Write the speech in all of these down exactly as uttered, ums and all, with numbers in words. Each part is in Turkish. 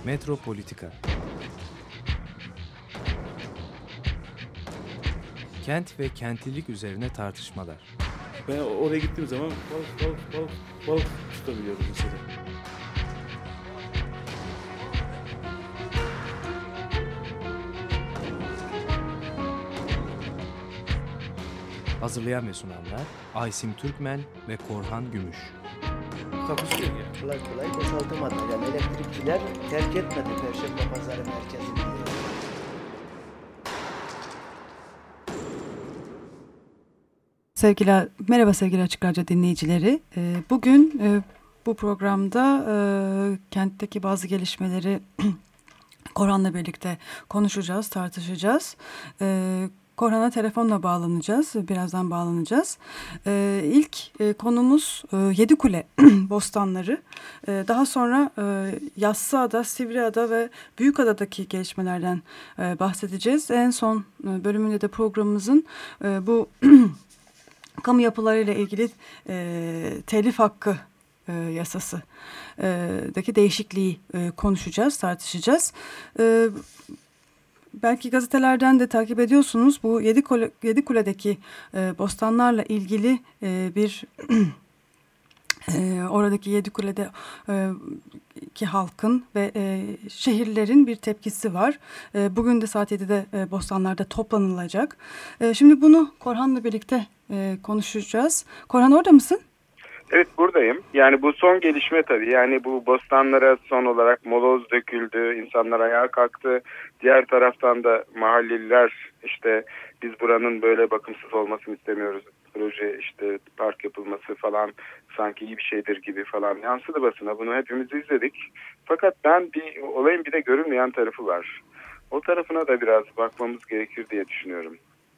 Metropolitika. Kent ve kentlilik üzerine tartışmalar. Ben oraya gittiğim zaman balık balık balık balık tutabiliyordum mesela. Hazırlayan ve sunanlar Aysim Türkmen ve Korhan Gümüş. Takusuyor ya. Kolay kolay boşaltamadı. Yani elektrikçiler terk etmedi Perşembe Pazarı merkezini. Sevgili, merhaba sevgili Açık Radyo dinleyicileri. Bugün bu programda kentteki bazı gelişmeleri Korhan'la birlikte konuşacağız, tartışacağız. Korhan'a telefonla bağlanacağız, birazdan bağlanacağız. İlk konumuz Yedikule bostanları. Daha sonra Yassıada, Sivriada ve Büyükada'daki gelişmelerden bahsedeceğiz. En son bölümünde de programımızın bu kamu yapılarıyla ilgili telif hakkı yasadaki değişikliği konuşacağız, tartışacağız. Belki gazetelerden de takip ediyorsunuz. Bu Yedikule, Yedikule'deki e, bostanlarla ilgili e, bir e, oradaki Yedikule'de e, ki halkın ve e, şehirlerin bir tepkisi var. E, bugün de saat yedide e, bostanlarda toplanılacak. E, şimdi bunu Korhan'la birlikte e, konuşacağız. Korhan, orada mısın? Evet, buradayım. Yani bu son gelişme tabii. Yani bu bostanlara son olarak moloz döküldü, insanlar ayağa kalktı. Diğer taraftan da mahalleliler işte biz buranın böyle bakımsız olmasını istemiyoruz. Proje işte park yapılması falan sanki iyi bir şeydir gibi falan yansıdı basına. Bunu hepimiz izledik. Fakat ben bir olayın bir de görünmeyen tarafı var. O tarafına da biraz bakmamız gerekir diye düşünüyorum.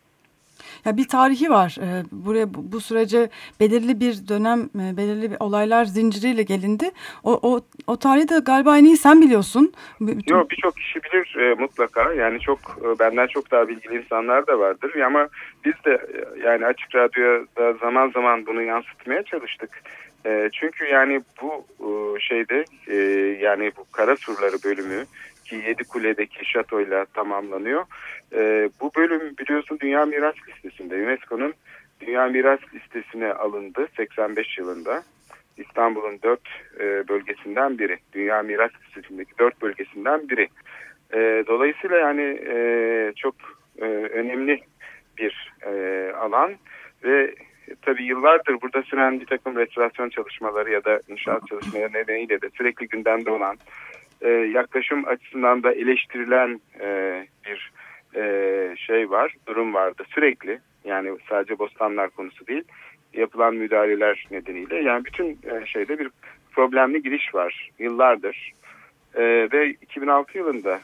Ya bir tarihi var. Ee, buraya bu, bu sürece belirli bir dönem, e, belirli bir olaylar zinciriyle gelindi. O o o tarihi de galiba en iyi sen biliyorsun. Bütün... Yok, birçok kişi bilir e, mutlaka. Yani çok e, benden çok daha bilgili insanlar da vardır. Ama biz de e, yani Açık Radyo'da zaman zaman bunu yansıtmaya çalıştık. E, çünkü yani bu e, şeyde e, yani bu Karasurları bölümü ki Yedikule'deki şatoyla tamamlanıyor. Ee, bu bölüm biliyorsun Dünya Miras Listesi'nde. UNESCO'nun Dünya Miras Listesi'ne alındı seksen beş yılında. İstanbul'un dört e, bölgesinden biri. Dünya Miras Listesi'ndeki dört bölgesinden biri. E, dolayısıyla yani e, çok e, önemli bir e, alan ve tabii yıllardır burada süren bir takım restorasyon çalışmaları ya da inşaat çalışmaları nedeniyle de sürekli gündemde olan Ee, yaklaşım açısından da eleştirilen e, bir e, şey var, durum vardı sürekli. Yani sadece bostanlar konusu değil, yapılan müdahaleler nedeniyle. Yani bütün e, şeyde bir problemli giriş var yıllardır. E, ve iki bin altı yılında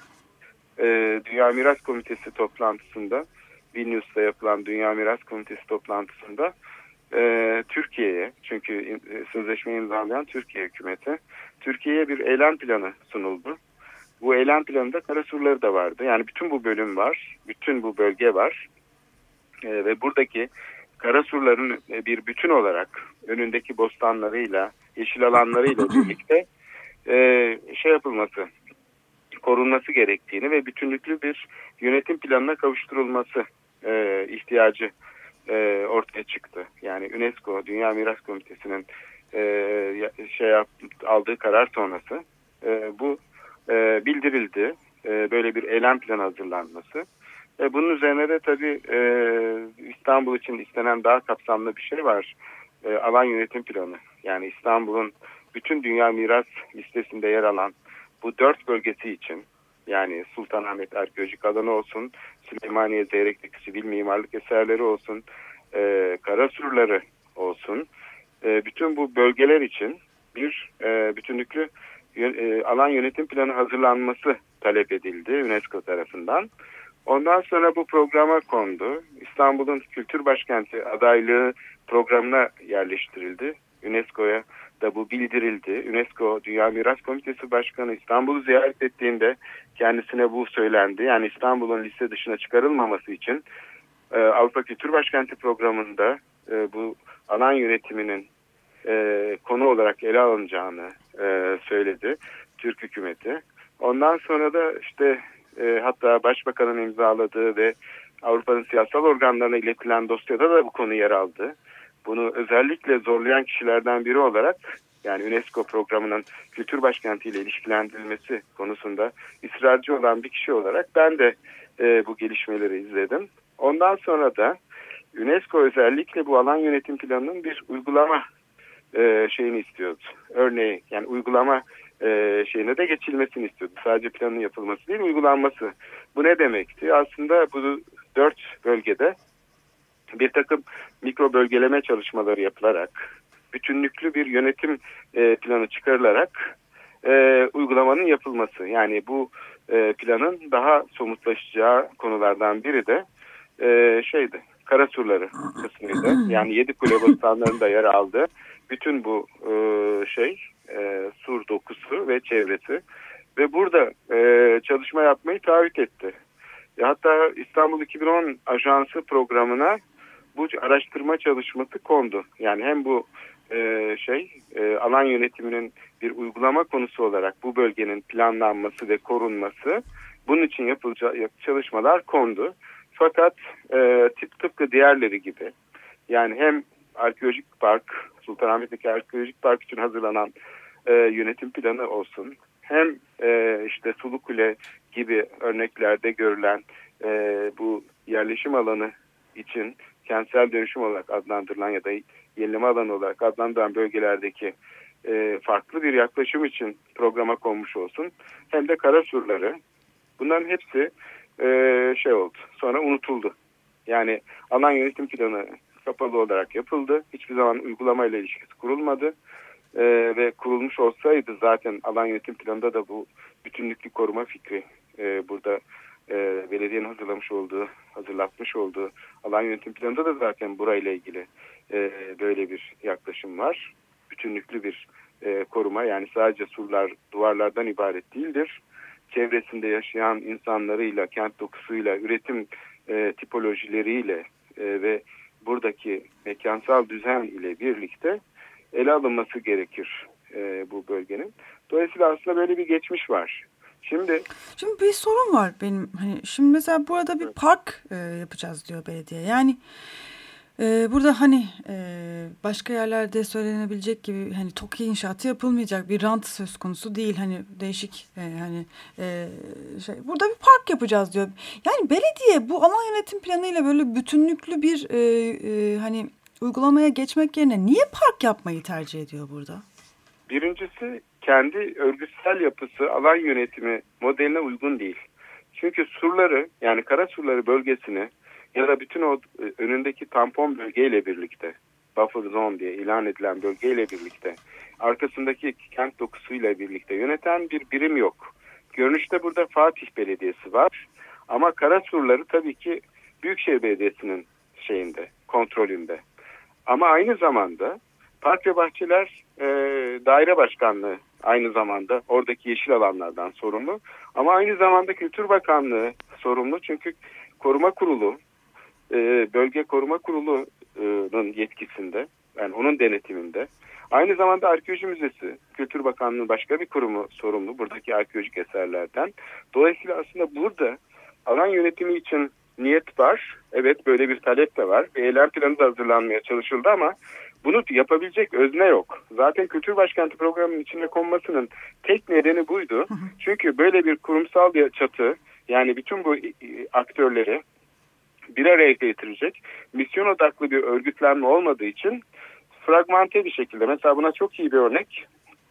e, Dünya Miras Komitesi toplantısında, Vilnius'ta yapılan Dünya Miras Komitesi toplantısında e, Türkiye'ye, çünkü e, sözleşmeyi imzalayan Türkiye hükümeti, Türkiye'ye bir eylem planı sunuldu. Bu eylem planında Karasurları da vardı. Yani bütün bu bölüm var, bütün bu bölge var. E, ve buradaki Karasurların bir bütün olarak önündeki bostanlarıyla, yeşil alanlarıyla birlikte e, şey yapılması, korunması gerektiğini ve bütünlüklü bir yönetim planına kavuşturulması e, ihtiyacı e, ortaya çıktı. Yani UNESCO, Dünya Miras Komitesi'nin e, şey yap, aldığı karar sonrası e, bu e, bildirildi. E, böyle bir eylem planı hazırlanması. E, bunun üzerine de tabii e, İstanbul için istenen daha kapsamlı bir şey var. E, alan yönetim planı. Yani İstanbul'un bütün Dünya Miras Listesi'nde yer alan bu dört bölgesi için, yani Sultanahmet Arkeolojik Alanı olsun, Süleymaniye Zeyrek'teki sivil mimarlık eserleri olsun, e, Karasurları olsun, e, bütün bu bölgeler için bir e, bütünlüklü e, alan yönetim planı hazırlanması talep edildi UNESCO tarafından. Ondan sonra bu programa kondu. İstanbul'un Kültür Başkenti adaylığı programına yerleştirildi. UNESCO'ya da bu bildirildi. UNESCO Dünya Miras Komitesi Başkanı İstanbul'u ziyaret ettiğinde kendisine bu söylendi. Yani İstanbul'un liste dışına çıkarılmaması için e, Avrupa Kültür Başkenti programında e, bu alan yönetiminin e, konu olarak ele alınacağını e, söyledi Türk hükümeti. Ondan sonra da işte e, hatta Başbakanın imzaladığı ve Avrupa'nın siyasal organlarına iletilen dosyada da bu konu yer aldı. Bunu özellikle zorlayan kişilerden biri olarak, yani UNESCO programının kültür başkentiyle ilişkilendirilmesi konusunda ısrarcı olan bir kişi olarak ben de e, bu gelişmeleri izledim. Ondan sonra da UNESCO özellikle bu alan yönetim planının bir uygulama e, şeyini istiyordu. Örneğin yani uygulama e, şeyine de geçilmesini istiyordu. Sadece planın yapılması değil, uygulanması. Bu ne demekti? Aslında bu dört bölgede bir takım mikro bölgeleme çalışmaları yapılarak, bütünlüklü bir yönetim e, planı çıkarılarak e, uygulamanın yapılması. Yani bu e, planın daha somutlaşacağı konulardan biri de e, şeydi, Karasurları kısmıydı. Yani Yedikule bostanlarında yer aldı. Bütün bu e, şey, e, sur dokusu ve çevresi. Ve burada e, çalışma yapmayı taahhüt etti. E, hatta İstanbul iki bin on Ajansı programına bu araştırma çalışması kondu. Yani hem bu e, şey e, alan yönetiminin bir uygulama konusu olarak bu bölgenin planlanması ve korunması, bunun için yapılacak çalışmalar kondu. Fakat e, tip tıpkı diğerleri gibi, yani hem arkeolojik park, Sultanahmet'teki arkeolojik park için hazırlanan e, yönetim planı olsun, hem e, işte Sulukule gibi örneklerde görülen e, bu yerleşim alanı için kentsel dönüşüm olarak adlandırılan ya da yenileme alanı olarak adlandırılan bölgelerdeki e, farklı bir yaklaşım için programa konmuş olsun, hem de Karasurları, bunların hepsi e, şey oldu, sonra unutuldu. Yani alan yönetim planı kapalı olarak yapıldı. Hiçbir zaman uygulamayla ilişkisi kurulmadı. E, ve kurulmuş olsaydı zaten alan yönetim planında da bu bütünlüklü koruma fikri e, burada e, belediyenin hazırlamış olduğu, hazırlatmış olduğu alan yönetim planında da zaten burayla ilgili e, böyle bir yaklaşım var. Bütünlüklü bir e, koruma, yani sadece surlar, duvarlardan ibaret değildir. Çevresinde yaşayan insanlarıyla, kent dokusuyla, üretim e, tipolojileriyle e, ve buradaki mekansal düzen ile birlikte ele alınması gerekir e, bu bölgenin. Dolayısıyla aslında böyle bir geçmiş var. Şimdi Şimdi bir sorun var benim. Hani şimdi mesela burada bir park e, yapacağız diyor belediye. Yani e, burada hani e, başka yerlerde söylenebilecek gibi hani TOKİ inşaatı yapılmayacak, bir rant söz konusu değil. Hani değişik e, hani e, şey, burada bir park yapacağız diyor. Yani belediye bu alan yönetim planıyla böyle bütünlüklü bir e, e, hani uygulamaya geçmek yerine niye park yapmayı tercih ediyor burada? Birincisi, kendi örgütsel yapısı alan yönetimi modeline uygun değil. Çünkü surları, yani Karasurları bölgesini ya da bütün o önündeki tampon bölgeyle birlikte, buffer zone diye ilan edilen bölgeyle birlikte, arkasındaki kent dokusuyla birlikte yöneten bir birim yok. Görünüşte burada Fatih Belediyesi var ama Karasurları tabii ki Büyükşehir Belediyesi'nin şeyinde, kontrolünde. Ama aynı zamanda Park ve Bahçeler e, Daire Başkanlığı aynı zamanda oradaki yeşil alanlardan sorumlu. Ama aynı zamanda Kültür Bakanlığı sorumlu. Çünkü Koruma Kurulu, e, Bölge Koruma Kurulu'nun yetkisinde, yani onun denetiminde. Aynı zamanda Arkeoloji Müzesi, Kültür Bakanlığı başka bir kurumu sorumlu buradaki arkeolojik eserlerden. Dolayısıyla aslında burada alan yönetimi için niyet var. Evet, böyle bir talep de var. Bir eylem planı da hazırlanmaya çalışıldı ama bunu yapabilecek özne yok. Zaten Kültür Başkenti programının içine konmasının tek nedeni buydu. Çünkü böyle bir kurumsal bir çatı, yani bütün bu aktörleri bir araya getirecek misyon odaklı bir örgütlenme olmadığı için fragmente bir şekilde, mesela buna çok iyi bir örnek,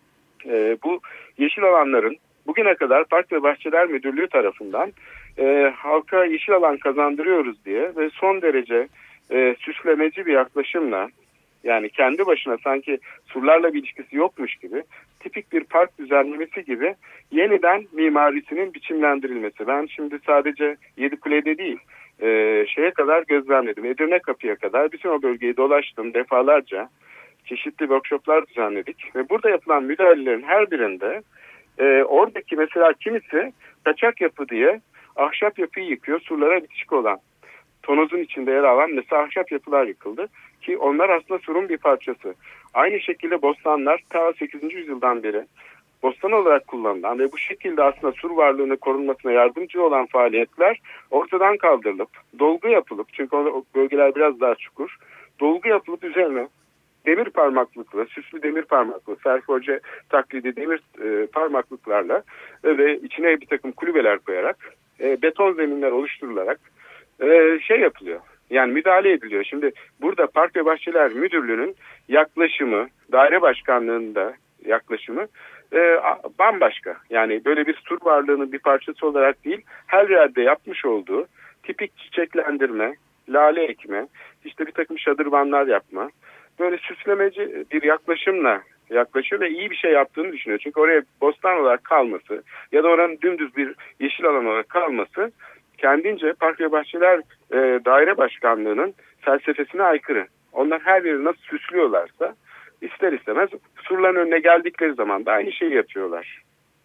e, bu yeşil alanların bugüne kadar Park ve Bahçeler Müdürlüğü tarafından e, halka yeşil alan kazandırıyoruz diye ve son derece e, süslemeci bir yaklaşımla, yani kendi başına sanki surlarla bir ilişkisi yokmuş gibi, tipik bir park düzenlemesi gibi yeniden mimarisinin biçimlendirilmesi. Ben şimdi sadece Yedikule'de değil, e, şeye kadar gözlemledim. Edirne Kapı'ya kadar bütün o bölgeyi dolaştım defalarca. Çeşitli workshoplar düzenledik ve burada yapılan müdahalelerin her birinde e, oradaki mesela kimisi kaçak yapı diye ahşap yapıyı yıkıyor, surlara bitişik olan. Tonozun içinde yer alan mesela ahşap yapılar yıkıldı ki onlar aslında surun bir parçası. Aynı şekilde bostanlar ta sekizinci yüzyıldan beri bostan olarak kullanılan ve bu şekilde aslında sur varlığını korunmasına yardımcı olan faaliyetler ortadan kaldırılıp, dolgu yapılıp, çünkü o bölgeler biraz daha çukur, dolgu yapılıp üzerine demir parmaklıkla, süslü demir parmaklı, Ferforje taklidi demir e, parmaklıklarla e, ve içine bir takım kulübeler koyarak, e, beton zeminler oluşturularak e, şey yapılıyor. Yani müdahale ediliyor. Şimdi burada Park ve Bahçeler Müdürlüğü'nün yaklaşımı, daire başkanlığında yaklaşımı e, bambaşka. Yani böyle bir sur varlığının bir parçası olarak değil, her yerde yapmış olduğu tipik çiçeklendirme, lale ekme, işte bir takım şadırvanlar yapma, böyle süslemeci bir yaklaşımla yaklaşıyor ve iyi bir şey yaptığını düşünüyor. Çünkü oraya bostan olarak kalması ya da oranın dümdüz bir yeşil alan olarak kalması kendince Park ve Bahçeler e, Daire Başkanlığı'nın felsefesine aykırı. Onlar her yeri nasıl süslüyorlarsa ister istemez surların önüne geldikleri zaman da aynı şeyi yapıyorlar.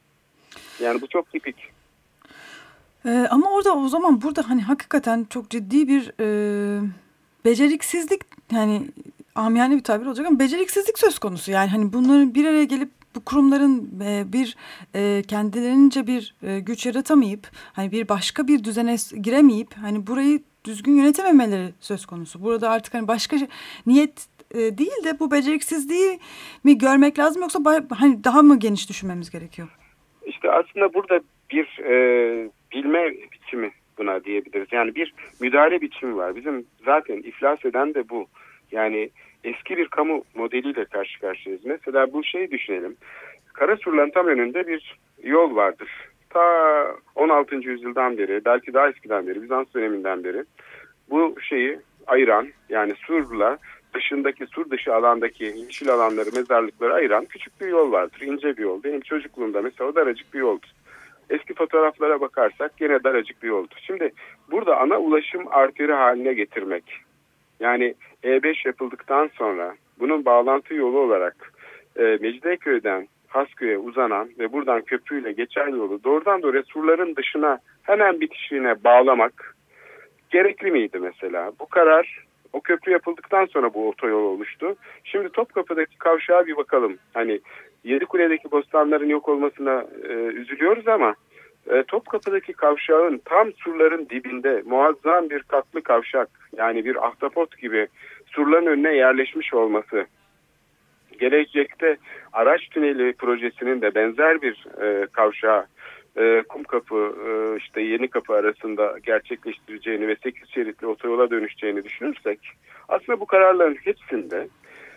Yani bu çok tipik. Ee, ama orada o zaman burada hani hakikaten çok ciddi bir e, beceriksizlik, yani amiyane bir tabir olacak ama beceriksizlik söz konusu. Yani hani bunların bir araya gelip bu kurumların e, bir e, kendilerince bir e, güç yaratamayıp hani bir başka bir düzene giremeyip hani burayı düzgün yönetememeleri söz konusu. Burada artık hani başka niyet e, değil de bu beceriksizliği mi görmek lazım, yoksa hani daha mı geniş düşünmemiz gerekiyor? İşte aslında burada bir e, bilme biçimi buna diyebiliriz. Yani bir müdahale biçimi var. Bizim zaten iflas eden de bu. Yani eski bir kamu modeliyle karşı karşıyayız. Mesela bu şeyi düşünelim. Karasur'un tam önünde bir yol vardır. Ta on altıncı yüzyıldan beri, belki daha eskiden beri, Bizans döneminden beri bu şeyi ayıran, yani Sur'la dışındaki, Sur dışı alandaki yeşil alanları, mezarlıkları ayıran küçük bir yol vardır. İnce bir yol. Benim çocukluğumda mesela o daracık bir yoldu. Eski fotoğraflara bakarsak gene daracık bir yoldu. Şimdi burada ana ulaşım arteri haline getirmek, yani E beş yapıldıktan sonra bunun bağlantı yolu olarak e, Mecidiyeköy'den Hasköy'e uzanan ve buradan köprüyle geçen yolu doğrudan doğruya surların dışına hemen bitişiğine bağlamak gerekli miydi mesela? Bu karar o köprü yapıldıktan sonra bu otoyol oluştu. Şimdi Topkapı'daki kavşağa bir bakalım. Hani Yedikule'deki bostanların yok olmasına e, üzülüyoruz ama e, Topkapı'daki kavşağın tam surların dibinde muazzam bir katlı kavşak, yani bir ahtapot gibi surların önüne yerleşmiş olması, gelecekte araç tüneli projesinin de benzer bir e, kavşağı e, Kumkapı e, işte Yenikapı arasında gerçekleştireceğini ve sekiz şeritli otoyola dönüşeceğini düşünürsek, aslında bu kararların hepsinde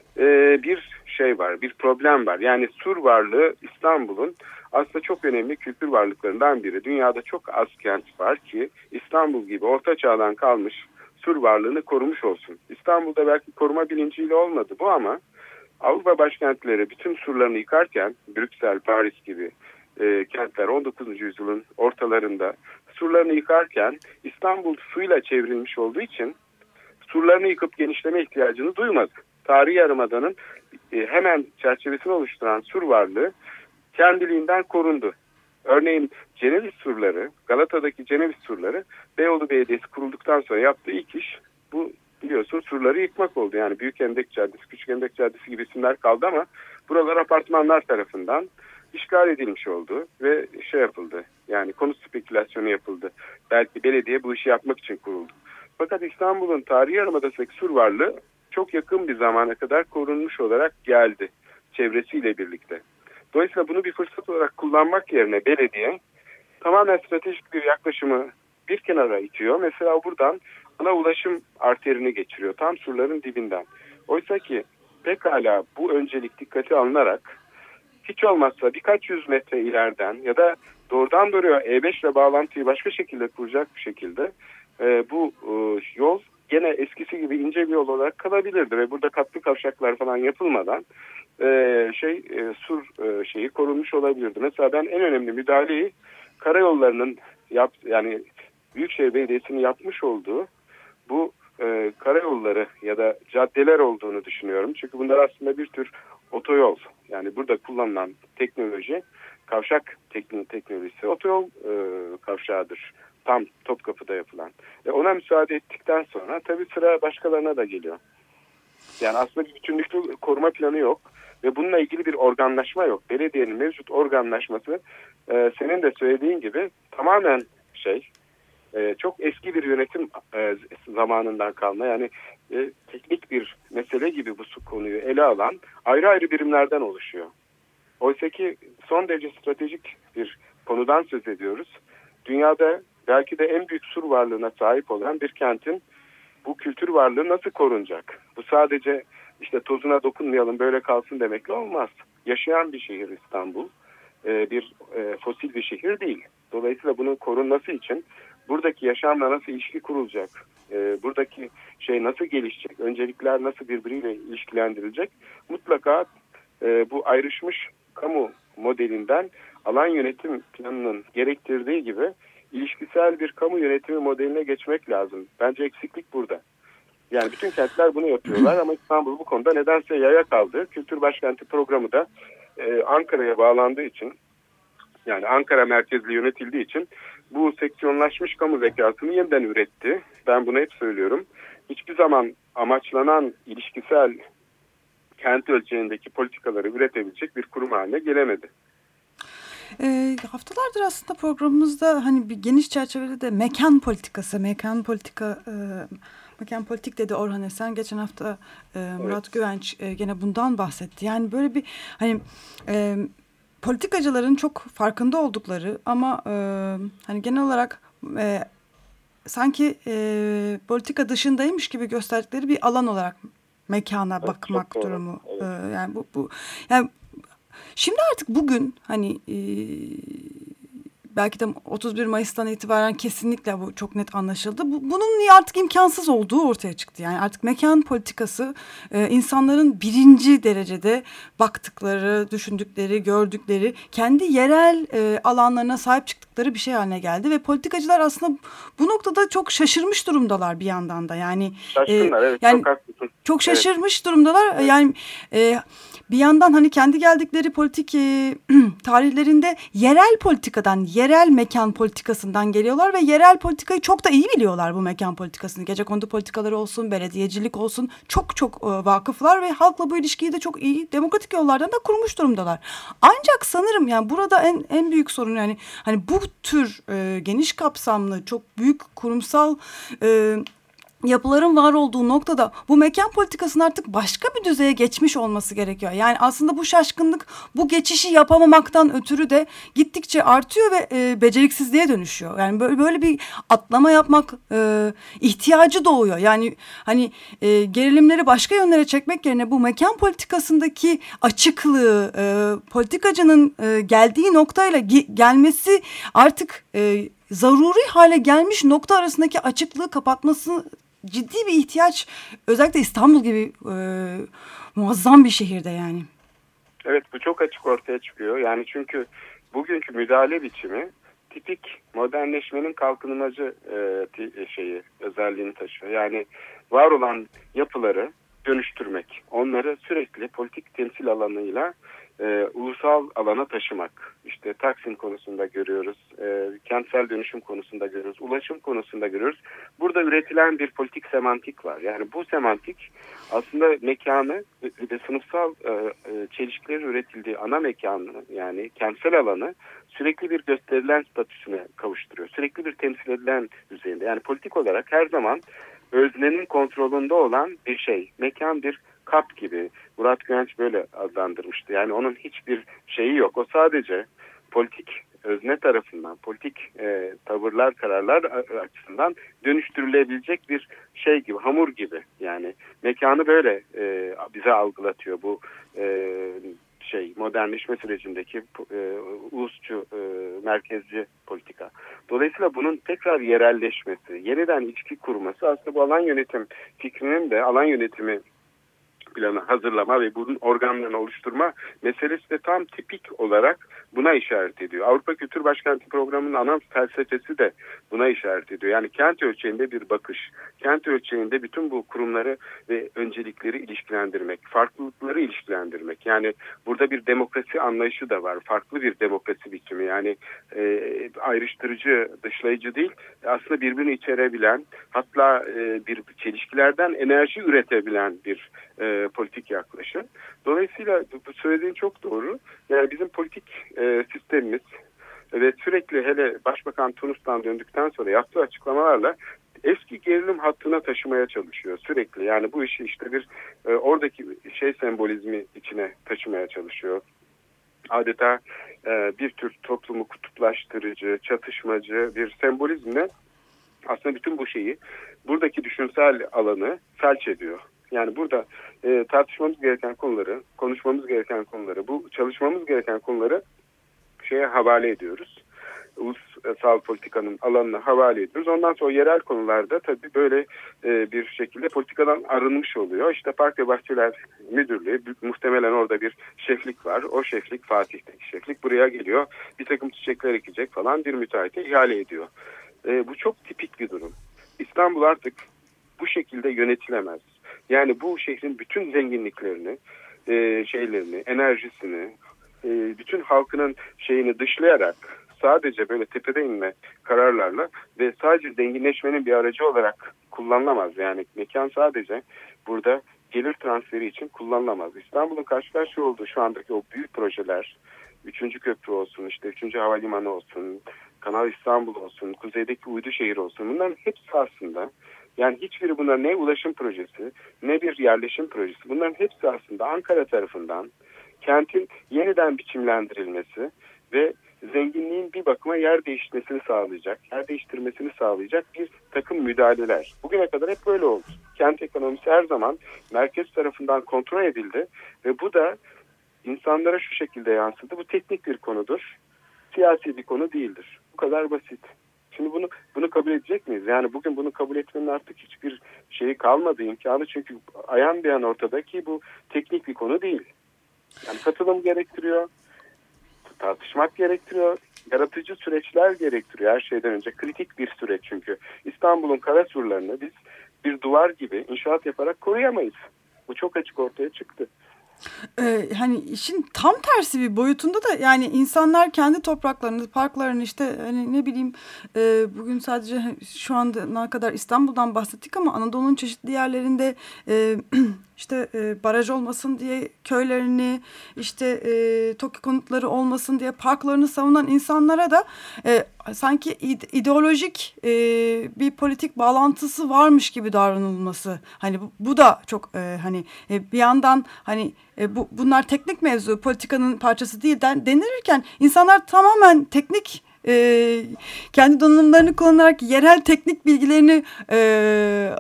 e, bir şey var, bir problem var. Yani sur varlığı İstanbul'un aslında çok önemli kültür varlıklarından biri. Dünyada çok az kent var ki İstanbul gibi orta çağdan kalmış sur varlığını korumuş olsun. İstanbul'da belki koruma bilinciyle olmadı bu, ama Avrupa başkentleri bütün surlarını yıkarken, Brüksel, Paris gibi e, kentler on dokuzuncu yüzyılın ortalarında surlarını yıkarken İstanbul suyla çevrilmiş olduğu için surlarını yıkıp genişleme ihtiyacını duymadı. Tarihi Yarımada'nın e, hemen çerçevesini oluşturan sur varlığı kendiliğinden korundu. Örneğin Ceneviz surları, Galata'daki Ceneviz surları, Beyoğlu Belediyesi kurulduktan sonra yaptığı ilk iş bu, biliyorsun, surları yıkmak oldu. Yani Büyük Hendek Caddesi, Küçük Hendek Caddesi gibi isimler kaldı ama buralar apartmanlar tarafından işgal edilmiş oldu ve şey yapıldı. Yani konut spekülasyonu yapıldı. Belki belediye bu işi yapmak için kuruldu. Fakat İstanbul'un tarihi yarımadasındaki sur varlığı çok yakın bir zamana kadar korunmuş olarak geldi çevresiyle birlikte. Dolayısıyla bunu bir fırsat olarak kullanmak yerine belediye tamamen stratejik bir yaklaşımı bir kenara itiyor. Mesela buradan ana ulaşım arterini geçiriyor tam surların dibinden. Oysa ki pekala bu öncelik dikkate alınarak hiç olmazsa birkaç yüz metre ileriden ya da doğrudan doğruya E beş ile bağlantıyı başka şekilde kuracak bir şekilde e, bu e, yol gene eskisi gibi ince bir yol olarak kalabilirdi ve burada katlı kavşaklar falan yapılmadan e, şey e, sur e, şeyi korunmuş olabilirdi. Mesela ben en önemli müdahaleyi karayollarının yap, yani Büyükşehir Belediyesi'nin yapmış olduğu bu e, karayolları ya da caddeler olduğunu düşünüyorum. Çünkü bunlar aslında bir tür otoyol. Yani burada kullanılan teknoloji kavşak teknolojisi otoyol e, kavşağıdır. Tam Topkapı'da yapılan. E ona müsaade ettikten sonra tabii sıra başkalarına da geliyor. Yani aslında bir bütünlüklü koruma planı yok. ve bununla ilgili bir organlaşma yok. Belediyenin mevcut organlaşması e, senin de söylediğin gibi tamamen şey e, çok eski bir yönetim e, zamanından kalma, yani e, teknik bir mesele gibi bu konuyu ele alan ayrı ayrı birimlerden oluşuyor. Oysa ki son derece stratejik bir konudan söz ediyoruz. Dünyada belki de en büyük sur varlığına sahip olan bir kentin bu kültür varlığı nasıl korunacak? Bu sadece işte tozuna dokunmayalım böyle kalsın demekle olmaz. Yaşayan bir şehir İstanbul, ee, bir e, fosil bir şehir değil. Dolayısıyla bunun korunması için buradaki yaşamla nasıl ilişki kurulacak? Ee, buradaki şey nasıl gelişecek? Öncelikler nasıl birbiriyle ilişkilendirilecek? Mutlaka e, bu ayrışmış kamu modelinden alan yönetim planının gerektirdiği gibi ilişkisel bir kamu yönetimi modeline geçmek lazım. Bence eksiklik burada. Yani bütün kentler bunu yapıyorlar ama İstanbul bu konuda nedense yaya kaldı. Kültür Başkenti programı da e, Ankara'ya bağlandığı için, yani Ankara merkezli yönetildiği için bu seksiyonlaşmış kamu zekasını yeniden üretti. Ben bunu hep söylüyorum. Hiçbir zaman amaçlanan ilişkisel kent ölçeğindeki politikaları üretebilecek bir kurum haline gelemedi. E, haftalardır aslında programımızda hani bir geniş çerçevede de mekan politikası, mekan politika, e, mekan politik dedi Orhan Esen. Geçen hafta e, Murat evet. Güvenç e, gene bundan bahsetti. Yani böyle bir hani e, politikacıların çok farkında oldukları ama e, hani genel olarak e, sanki e, politika dışındaymış gibi gösterdikleri bir alan olarak mekana evet, bakmak durumu. Evet. E, yani bu bu yani şimdi artık bugün hani e, belki de otuz bir Mayıs'tan itibaren kesinlikle bu çok net anlaşıldı. Bu, bunun artık imkansız olduğu ortaya çıktı. Yani artık mekan politikası e, insanların birinci derecede baktıkları, düşündükleri, gördükleri, kendi yerel e, alanlarına sahip çıktıkları bir şey haline geldi. Ve politikacılar aslında bu noktada çok şaşırmış durumdalar bir yandan da. Yani, Şaşkınlar, e, evet, yani çok haklısın. Çok şaşırmış evet. durumdalar. Evet. Yani e, bir yandan hani kendi geldikleri politik e, tarihlerinde yerel politikadan, yerel mekan politikasından geliyorlar ve yerel politikayı çok da iyi biliyorlar, bu mekan politikasını. Gecekondu politikaları olsun, belediyecilik olsun, çok çok e, vakıflar ve halkla bu ilişkiyi de çok iyi demokratik yollardan da kurmuş durumdalar. Ancak sanırım yani burada en en büyük sorun, yani hani bu tür e, geniş kapsamlı, çok büyük kurumsal e, yapıların var olduğu noktada bu mekan politikasının artık başka bir düzeye geçmiş olması gerekiyor. Yani aslında bu şaşkınlık bu geçişi yapamamaktan ötürü de gittikçe artıyor ve e, beceriksizliğe dönüşüyor. Yani böyle, böyle bir atlama yapmak e, ihtiyacı doğuyor. Yani hani e, gerilimleri başka yönlere çekmek yerine bu mekan politikasındaki açıklığı, e, politikacının e, geldiği noktayla ge- gelmesi artık e, zaruri hale gelmiş nokta arasındaki açıklığı kapatması ciddi bir ihtiyaç, özellikle İstanbul gibi e, muazzam bir şehirde yani. Evet, bu çok açık ortaya çıkıyor. Yani çünkü bugünkü müdahale biçimi tipik modernleşmenin kalkınmacı e, şeyi özelliğini taşıyor. Yani var olan yapıları dönüştürmek, onları sürekli politik temsil alanıyla e, ulusal alana taşımak. İşte Taksim konusunda görüyoruz, e, kentsel dönüşüm konusunda görüyoruz, ulaşım konusunda görüyoruz. Burada üretilen bir politik semantik var. Yani bu semantik aslında mekanı ve sınıfsal e, e, çelişkilerin üretildiği ana mekanı, yani kentsel alanı sürekli bir gösterilen statüsüne kavuşturuyor. Sürekli bir temsil edilen düzeyinde. Yani politik olarak her zaman öznenin kontrolünde olan bir şey. Mekan bir kap gibi. Murat Güvenç böyle adlandırmıştı. Yani onun hiçbir şeyi yok. O sadece politik özne tarafından, politik e, tavırlar, kararlar açısından dönüştürülebilecek bir şey gibi, hamur gibi. Yani mekanı böyle e, bize algılatıyor bu e, şey modernleşme sürecindeki e, ulusçu, e, merkezci politika. Dolayısıyla bunun tekrar yerelleşmesi, yeniden ilişki kurması aslında bu alan yönetim fikrinin de alan yönetimi planı hazırlama ve bunun organlarını oluşturma meselesi de tam tipik olarak buna işaret ediyor. Avrupa Kültür Başkenti Programı'nın ana felsefesi de buna işaret ediyor. Yani kent ölçeğinde bir bakış, kent ölçeğinde bütün bu kurumları ve öncelikleri ilişkilendirmek, farklılıkları ilişkilendirmek. Yani burada bir demokrasi anlayışı da var, farklı bir demokrasi biçimi. Yani e, ayrıştırıcı, dışlayıcı değil, aslında birbirini içerebilen, hatta e, bir çelişkilerden enerji üretebilen bir e, e, politik yaklaşım. Dolayısıyla bu söylediğin çok doğru. Yani bizim politik e, sistemimiz ve sürekli hele Başbakan Tunus'tan döndükten sonra yaptığı açıklamalarla eski gerilim hattına taşımaya çalışıyor sürekli. Yani bu işi işte bir e, oradaki şey sembolizmi içine taşımaya çalışıyor. Adeta e, bir tür toplumu kutuplaştırıcı, çatışmacı bir sembolizmle aslında bütün bu şeyi, buradaki düşünsel alanı felç ediyor. Yani burada e, tartışmamız gereken konuları, konuşmamız gereken konuları, bu çalışmamız gereken konuları şeye havale ediyoruz. Ulusal politikanın alanına havale ediyoruz. Ondan sonra yerel konularda tabii böyle e, bir şekilde politikadan arınmış oluyor. İşte Park ve Bahçeler Müdürlüğü, muhtemelen orada bir şeflik var. O şeflik, Fatih'teki şeflik buraya geliyor. Bir takım çiçekler ekecek falan, bir müteahhite ihale ediyor. E, bu çok tipik bir durum. İstanbul artık bu şekilde yönetilemez. Yani bu şehrin bütün zenginliklerini, e, şeylerini, enerjisini, e, bütün halkının şeyini dışlayarak sadece böyle tepede inme kararlarla ve sadece zenginleşmenin bir aracı olarak kullanılamaz. Yani mekan sadece burada gelir transferi için kullanılamaz. İstanbul'un karşı karşıya olduğu şu andaki o büyük projeler, Üçüncü Köprü olsun, işte Üçüncü Havalimanı olsun, Kanal İstanbul olsun, kuzeydeki uydu şehir olsun, bunların hepsi aslında, yani hiçbiri bunlar ne ulaşım projesi ne bir yerleşim projesi. Bunların hepsi aslında Ankara tarafından kentin yeniden biçimlendirilmesi ve zenginliğin bir bakıma yer değiştirmesini sağlayacak, yer değiştirmesini sağlayacak bir takım müdahaleler. Bugüne kadar hep böyle oldu. Kent ekonomisi her zaman merkez tarafından kontrol edildi ve bu da insanlara şu şekilde yansıdı. Bu teknik bir konudur, siyasi bir konu değildir. Bu kadar basit. Şimdi bunu bunu kabul edecek miyiz? Yani bugün bunu kabul etmenin artık hiçbir şeyi kalmadı, imkanı, çünkü ayan bir an ortada ki bu teknik bir konu değil. Yani katılım gerektiriyor, tartışmak gerektiriyor, yaratıcı süreçler gerektiriyor her şeyden önce. Kritik bir süreç çünkü. İstanbul'un kara surlarını biz bir duvar gibi inşaat yaparak koruyamayız. Bu çok açık ortaya çıktı. Ee, hani işin tam tersi bir boyutunda da, yani insanlar kendi topraklarını, parklarını, işte hani ne bileyim, e, bugün sadece şu anda ne kadar İstanbul'dan bahsettik ama Anadolu'nun çeşitli yerlerinde e, işte e, baraj olmasın diye köylerini, işte e, TOKİ konutları olmasın diye parklarını savunan insanlara da e, sanki ideolojik e, bir politik bağlantısı varmış gibi davranılması. Hani bu, bu da çok e, hani e, bir yandan hani e, bu bunlar teknik mevzu, politikanın parçası değil den, denilirken insanlar tamamen teknik, e, kendi donanımlarını kullanarak yerel teknik bilgilerini e,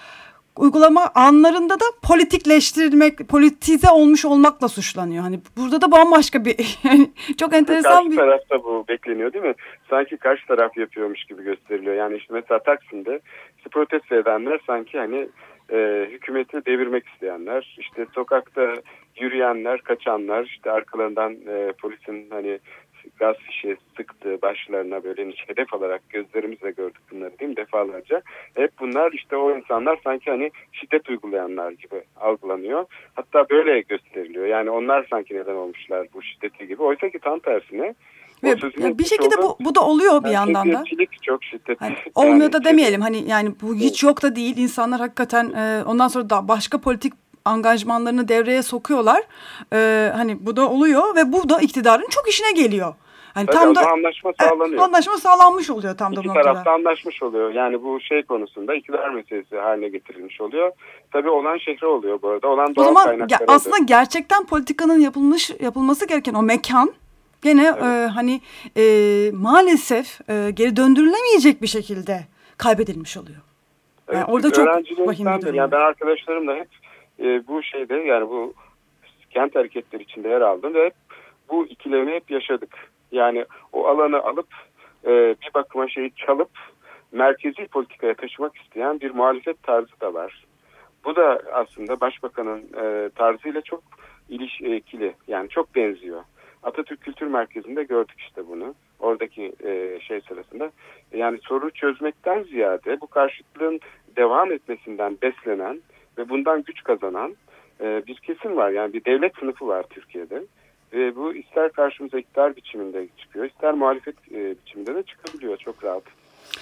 uygulama anlarında da politikleştirilmek, politize olmuş olmakla suçlanıyor. Hani burada da bambaşka bir, yani çok enteresan karşı bir... Karşı tarafta bu bekleniyor değil mi? Sanki karşı taraf yapıyormuş gibi gösteriliyor. Yani işte mesela Taksim'de işte protesto edenler sanki hani e, hükümeti devirmek isteyenler, işte sokakta yürüyenler, kaçanlar, işte arkalarından e, polisin hani gaz fişe sıktı başlarına, böyle hiç hedef alarak gözlerimizle gördük bunları değil mi defalarca. Hep bunlar işte o insanlar sanki hani şiddet uygulayanlar gibi algılanıyor. Hatta böyle gösteriliyor. Yani onlar sanki neden olmuşlar bu şiddeti gibi. Oysa ki tam tersine. Ve bir şekilde bu, bu da oluyor bir yani yandan da. Çok şiddet. Hani olmuyor yani, da demeyelim. Hani yani bu hiç yok da değil. İnsanlar hakikaten e, ondan sonra da başka politik angajmanlarını devreye sokuyorlar. Ee, hani bu da oluyor ve bu da iktidarın çok işine geliyor. Hani Tabii tam da anlaşma sağlanıyor. E, anlaşma sağlanmış oluyor tam da bu noktada. İki tarafta anlaşmış oluyor. Yani bu şey konusunda iktidar meselesi haline getirilmiş oluyor. Tabii olan şehre oluyor bu arada. Olan doğal kaynakları oluyor. O zaman aslında gerçekten politikanın yapılmış yapılması gereken o mekan gene evet. e, hani e, maalesef e, geri döndürülemeyecek bir şekilde kaybedilmiş oluyor. Evet, yani orada çok vahim bir durum. Yani ben arkadaşlarımla hep e, bu şeyde, yani bu kent hareketleri içinde yer aldım ve hep bu ikilemi hep yaşadık. Yani o alanı alıp e, bir bakıma şeyi çalıp merkezi politikaya taşımak isteyen bir muhalefet tarzı da var. Bu da aslında başbakanın e, tarzıyla çok ilişkili, yani çok benziyor. Atatürk Kültür Merkezi'nde gördük işte bunu. Oradaki e, şey sırasında. Yani sorunu çözmekten ziyade bu karşıtlığın devam etmesinden beslenen ve bundan güç kazanan e, bir kesim var. Yani bir devlet sınıfı var Türkiye'de. Ve bu ister karşımıza iktidar biçiminde çıkıyor, ister muhalefet e, biçiminde de çıkabiliyor çok rahat.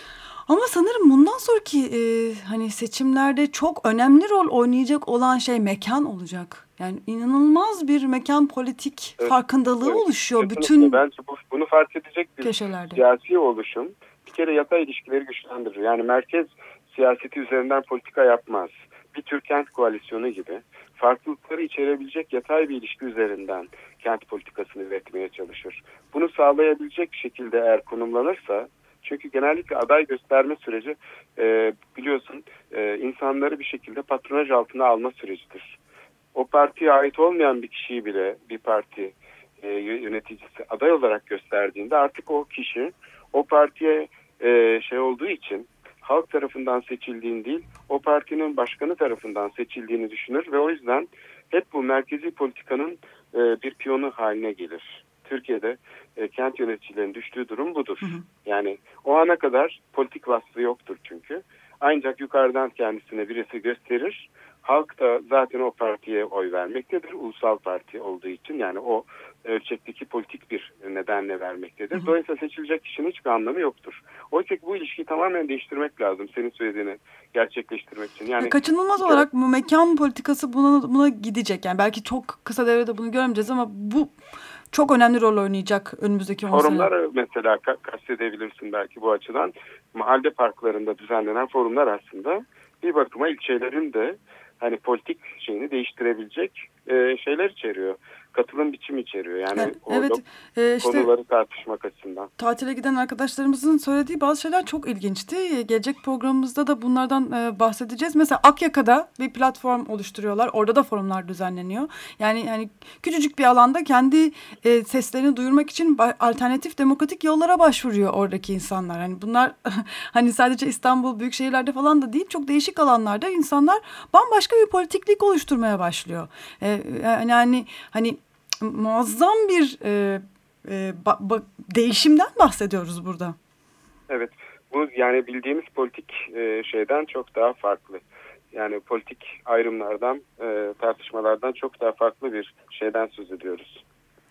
Ama sanırım bundan sonraki e, hani seçimlerde çok önemli rol oynayacak olan şey mekan olacak. Yani inanılmaz bir mekan politik evet, farkındalığı evet, oluşuyor kesinlikle. bütün Bence bu, bunu fark edecek bir köşelerde. Siyasi oluşum bir kere yatay ilişkileri güçlendirir. Yani merkez siyaseti üzerinden politika yapmaz. Bir tür kent koalisyonu gibi farklılıkları içerebilecek yatay bir ilişki üzerinden kent politikasını üretmeye çalışır. Bunu sağlayabilecek şekilde eğer konumlanırsa, çünkü genellikle aday gösterme süreci e, biliyorsun e, insanları bir şekilde patronaj altına alma sürecidir. O partiye ait olmayan bir kişiyi bile bir parti e, yöneticisi aday olarak gösterdiğinde artık o kişi o partiye e, şey olduğu için halk tarafından seçildiğini değil, o partinin başkanı tarafından seçildiğini düşünür ve o yüzden hep bu merkezi politikanın e, bir piyonu haline gelir. Türkiye'de e, kent yöneticilerinin düştüğü durum budur. Hı hı. Yani o ana kadar politik vasfı yoktur çünkü. Ancak yukarıdan kendisine birisi gösterir. Halk da zaten o partiye oy vermektedir. Ulusal parti olduğu için, yani o ölçekteki politik bir nedenle vermektedir. Hı hı. Dolayısıyla seçilecek kişinin hiçbir anlamı yoktur. Oysa ki bu ilişkiyi tamamen değiştirmek lazım senin söylediğini gerçekleştirmek için. Yani kaçınılmaz olarak bu mekan politikası buna, buna gidecek. Yani belki çok kısa devrede bunu görmeyeceğiz ama bu çok önemli rol oynayacak önümüzdeki on sene. Forumları mesela kastedebilirsin belki bu açıdan. Mahalle parklarında düzenlenen forumlar aslında bir bakıma ilçelerin de hani politik şeyini değiştirebilecek e, şeyler içeriyor. Katılım biçimi içeriyor. Yani evet, o evet, e, işte, konuları tartışmak açısından. Tatile giden arkadaşlarımızın söylediği bazı şeyler çok ilginçti. Gelecek programımızda da bunlardan e, bahsedeceğiz. Mesela Akyaka'da bir platform oluşturuyorlar. Orada da forumlar düzenleniyor. Yani yani küçücük bir alanda kendi e, seslerini duyurmak için alternatif demokratik yollara başvuruyor oradaki insanlar. Yani bunlar hani sadece İstanbul, büyük şehirlerde falan da değil, çok değişik alanlarda insanlar bambaşka bir politiklik oluşturmaya başlıyor. E, yani hani hani muazzam bir e, e, ba, ba, değişimden bahsediyoruz burada. Evet, bu yani bildiğimiz politik e, şeyden çok daha farklı. Yani politik ayrımlardan, e, tartışmalardan çok daha farklı bir şeyden söz ediyoruz.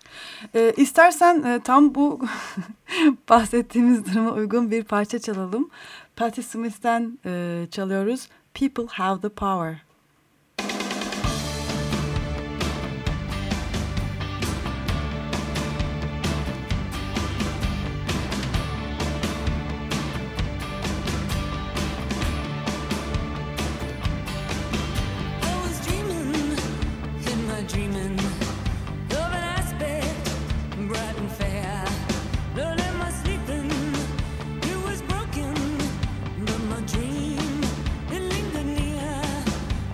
E, istersen e, tam bu bahsettiğimiz duruma uygun bir parça çalalım. Patti Smith'ten e, çalıyoruz. People Have the Power. Dream, it lingered near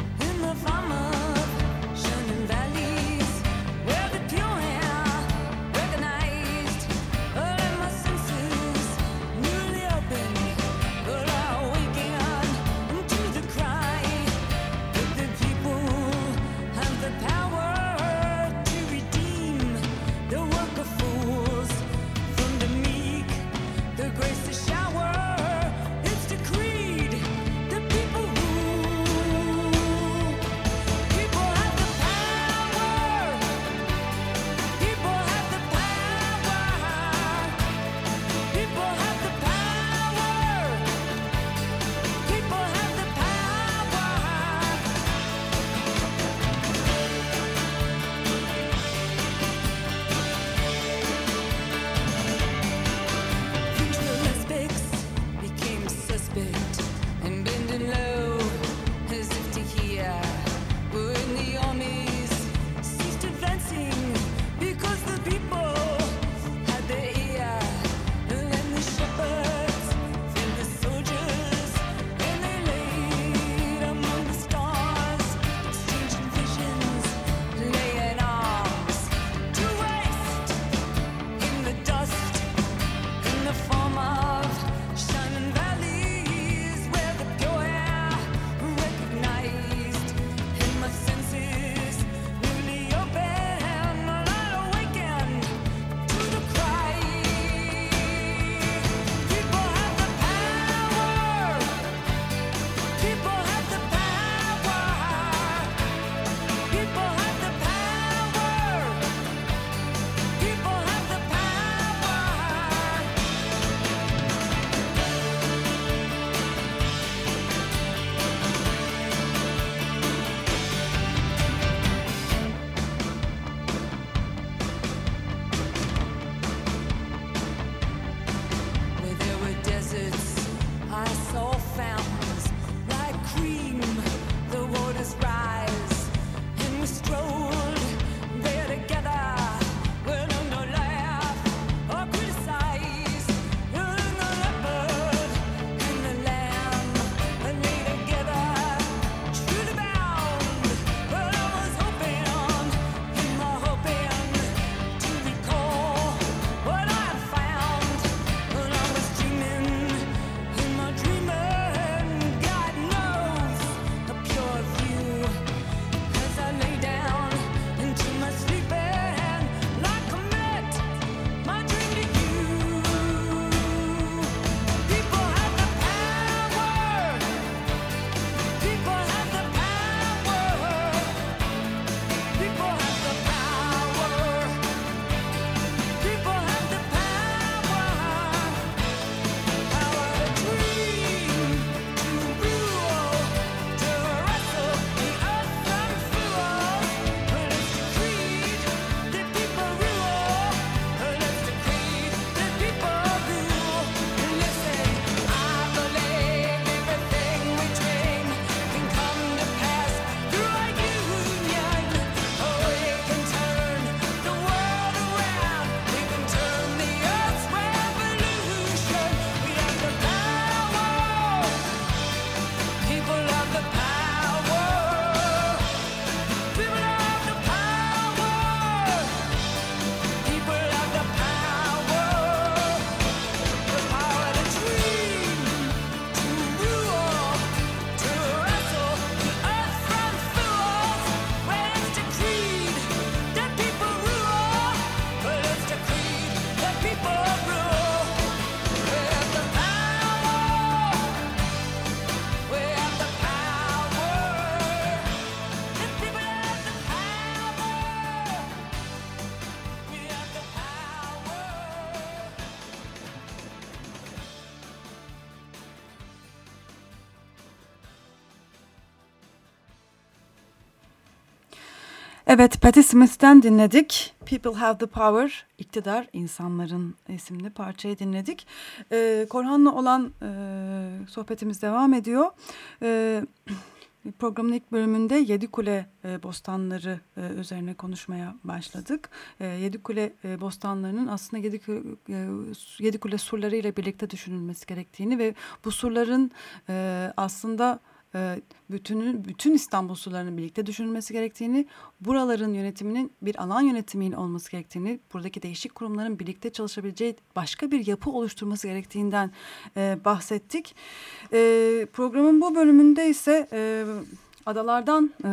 Evet, Patti Smith'ten dinledik. People Have the Power, İktidar İnsanların isimli parçayı dinledik. Ee, Korhan'la olan e, sohbetimiz devam ediyor. E, programın ilk bölümünde Yedikule e, bostanları e, üzerine konuşmaya başladık. E, Yedikule e, bostanlarının aslında Yedikule, e, Yedikule surları ile birlikte düşünülmesi gerektiğini ve bu surların e, aslında Bütünün, bütün İstanbul surlarının birlikte düşünülmesi gerektiğini, buraların yönetiminin bir alan yönetimiyle olması gerektiğini, buradaki değişik kurumların birlikte çalışabileceği başka bir yapı oluşturması gerektiğinden e, bahsettik. E, programın bu bölümünde ise e, adalardan e,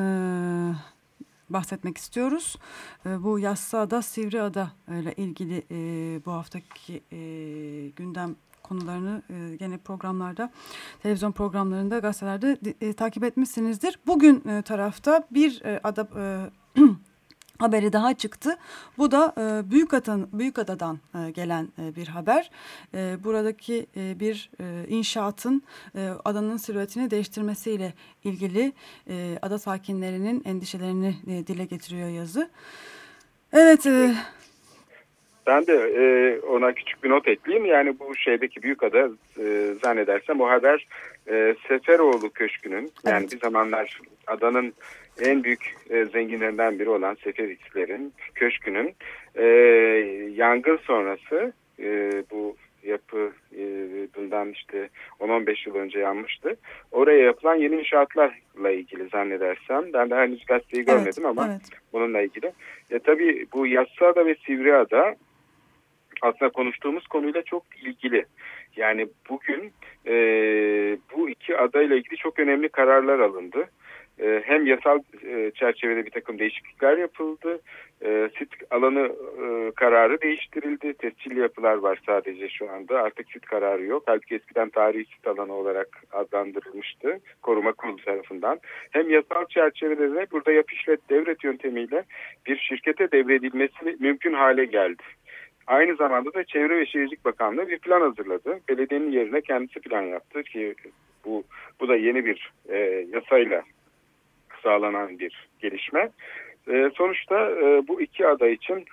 bahsetmek istiyoruz. E, bu Yassıada, Sivriada ile ilgili e, bu haftaki e, gündem konularını e, gene programlarda, televizyon programlarında, gazetelerde e, takip etmişsinizdir. Bugün e, tarafta bir e, ada e, haberi daha çıktı. Bu da e, Büyükada'dan, Büyükada'dan e, gelen e, bir haber. E, buradaki e, bir e, inşaatın e, adanın silüetini değiştirmesiyle ilgili e, ada sakinlerinin endişelerini e, dile getiriyor yazı. Evet. E, Ben de e, ona küçük bir not ekleyeyim. Yani bu şeydeki Büyükada e, zannedersem o haber e, Seferoğlu Köşkü'nün, yani evet, bir zamanlar adanın en büyük e, zenginlerinden biri olan Seferiklerin köşkünün e, yangın sonrası e, bu yapı e, bundan işte on on beş yıl önce yanmıştı. Oraya yapılan yeni inşaatlarla ilgili zannedersem. Ben de henüz gazeteyi görmedim, evet, ama evet, bununla ilgili. E, tabii bu Yassıada ve Sivriada aslında konuştuğumuz konuyla çok ilgili. Yani bugün e, bu iki adayla ilgili çok önemli kararlar alındı. E, hem yasal e, çerçevede bir takım değişiklikler yapıldı. E, sit alanı e, kararı değiştirildi. Tescilli yapılar var sadece şu anda. Artık sit kararı yok. Halbuki eskiden tarihi sit alanı olarak adlandırılmıştı Koruma Kurulu tarafından. Hem yasal çerçevede de burada yap işlet devret yöntemiyle bir şirkete devredilmesi mümkün hale geldi. Aynı zamanda da Çevre ve Şehircilik Bakanlığı bir plan hazırladı. Belediyenin yerine kendisi plan yaptı ki bu bu da yeni bir e, yasayla sağlanan bir gelişme. E, sonuçta e, bu iki ada için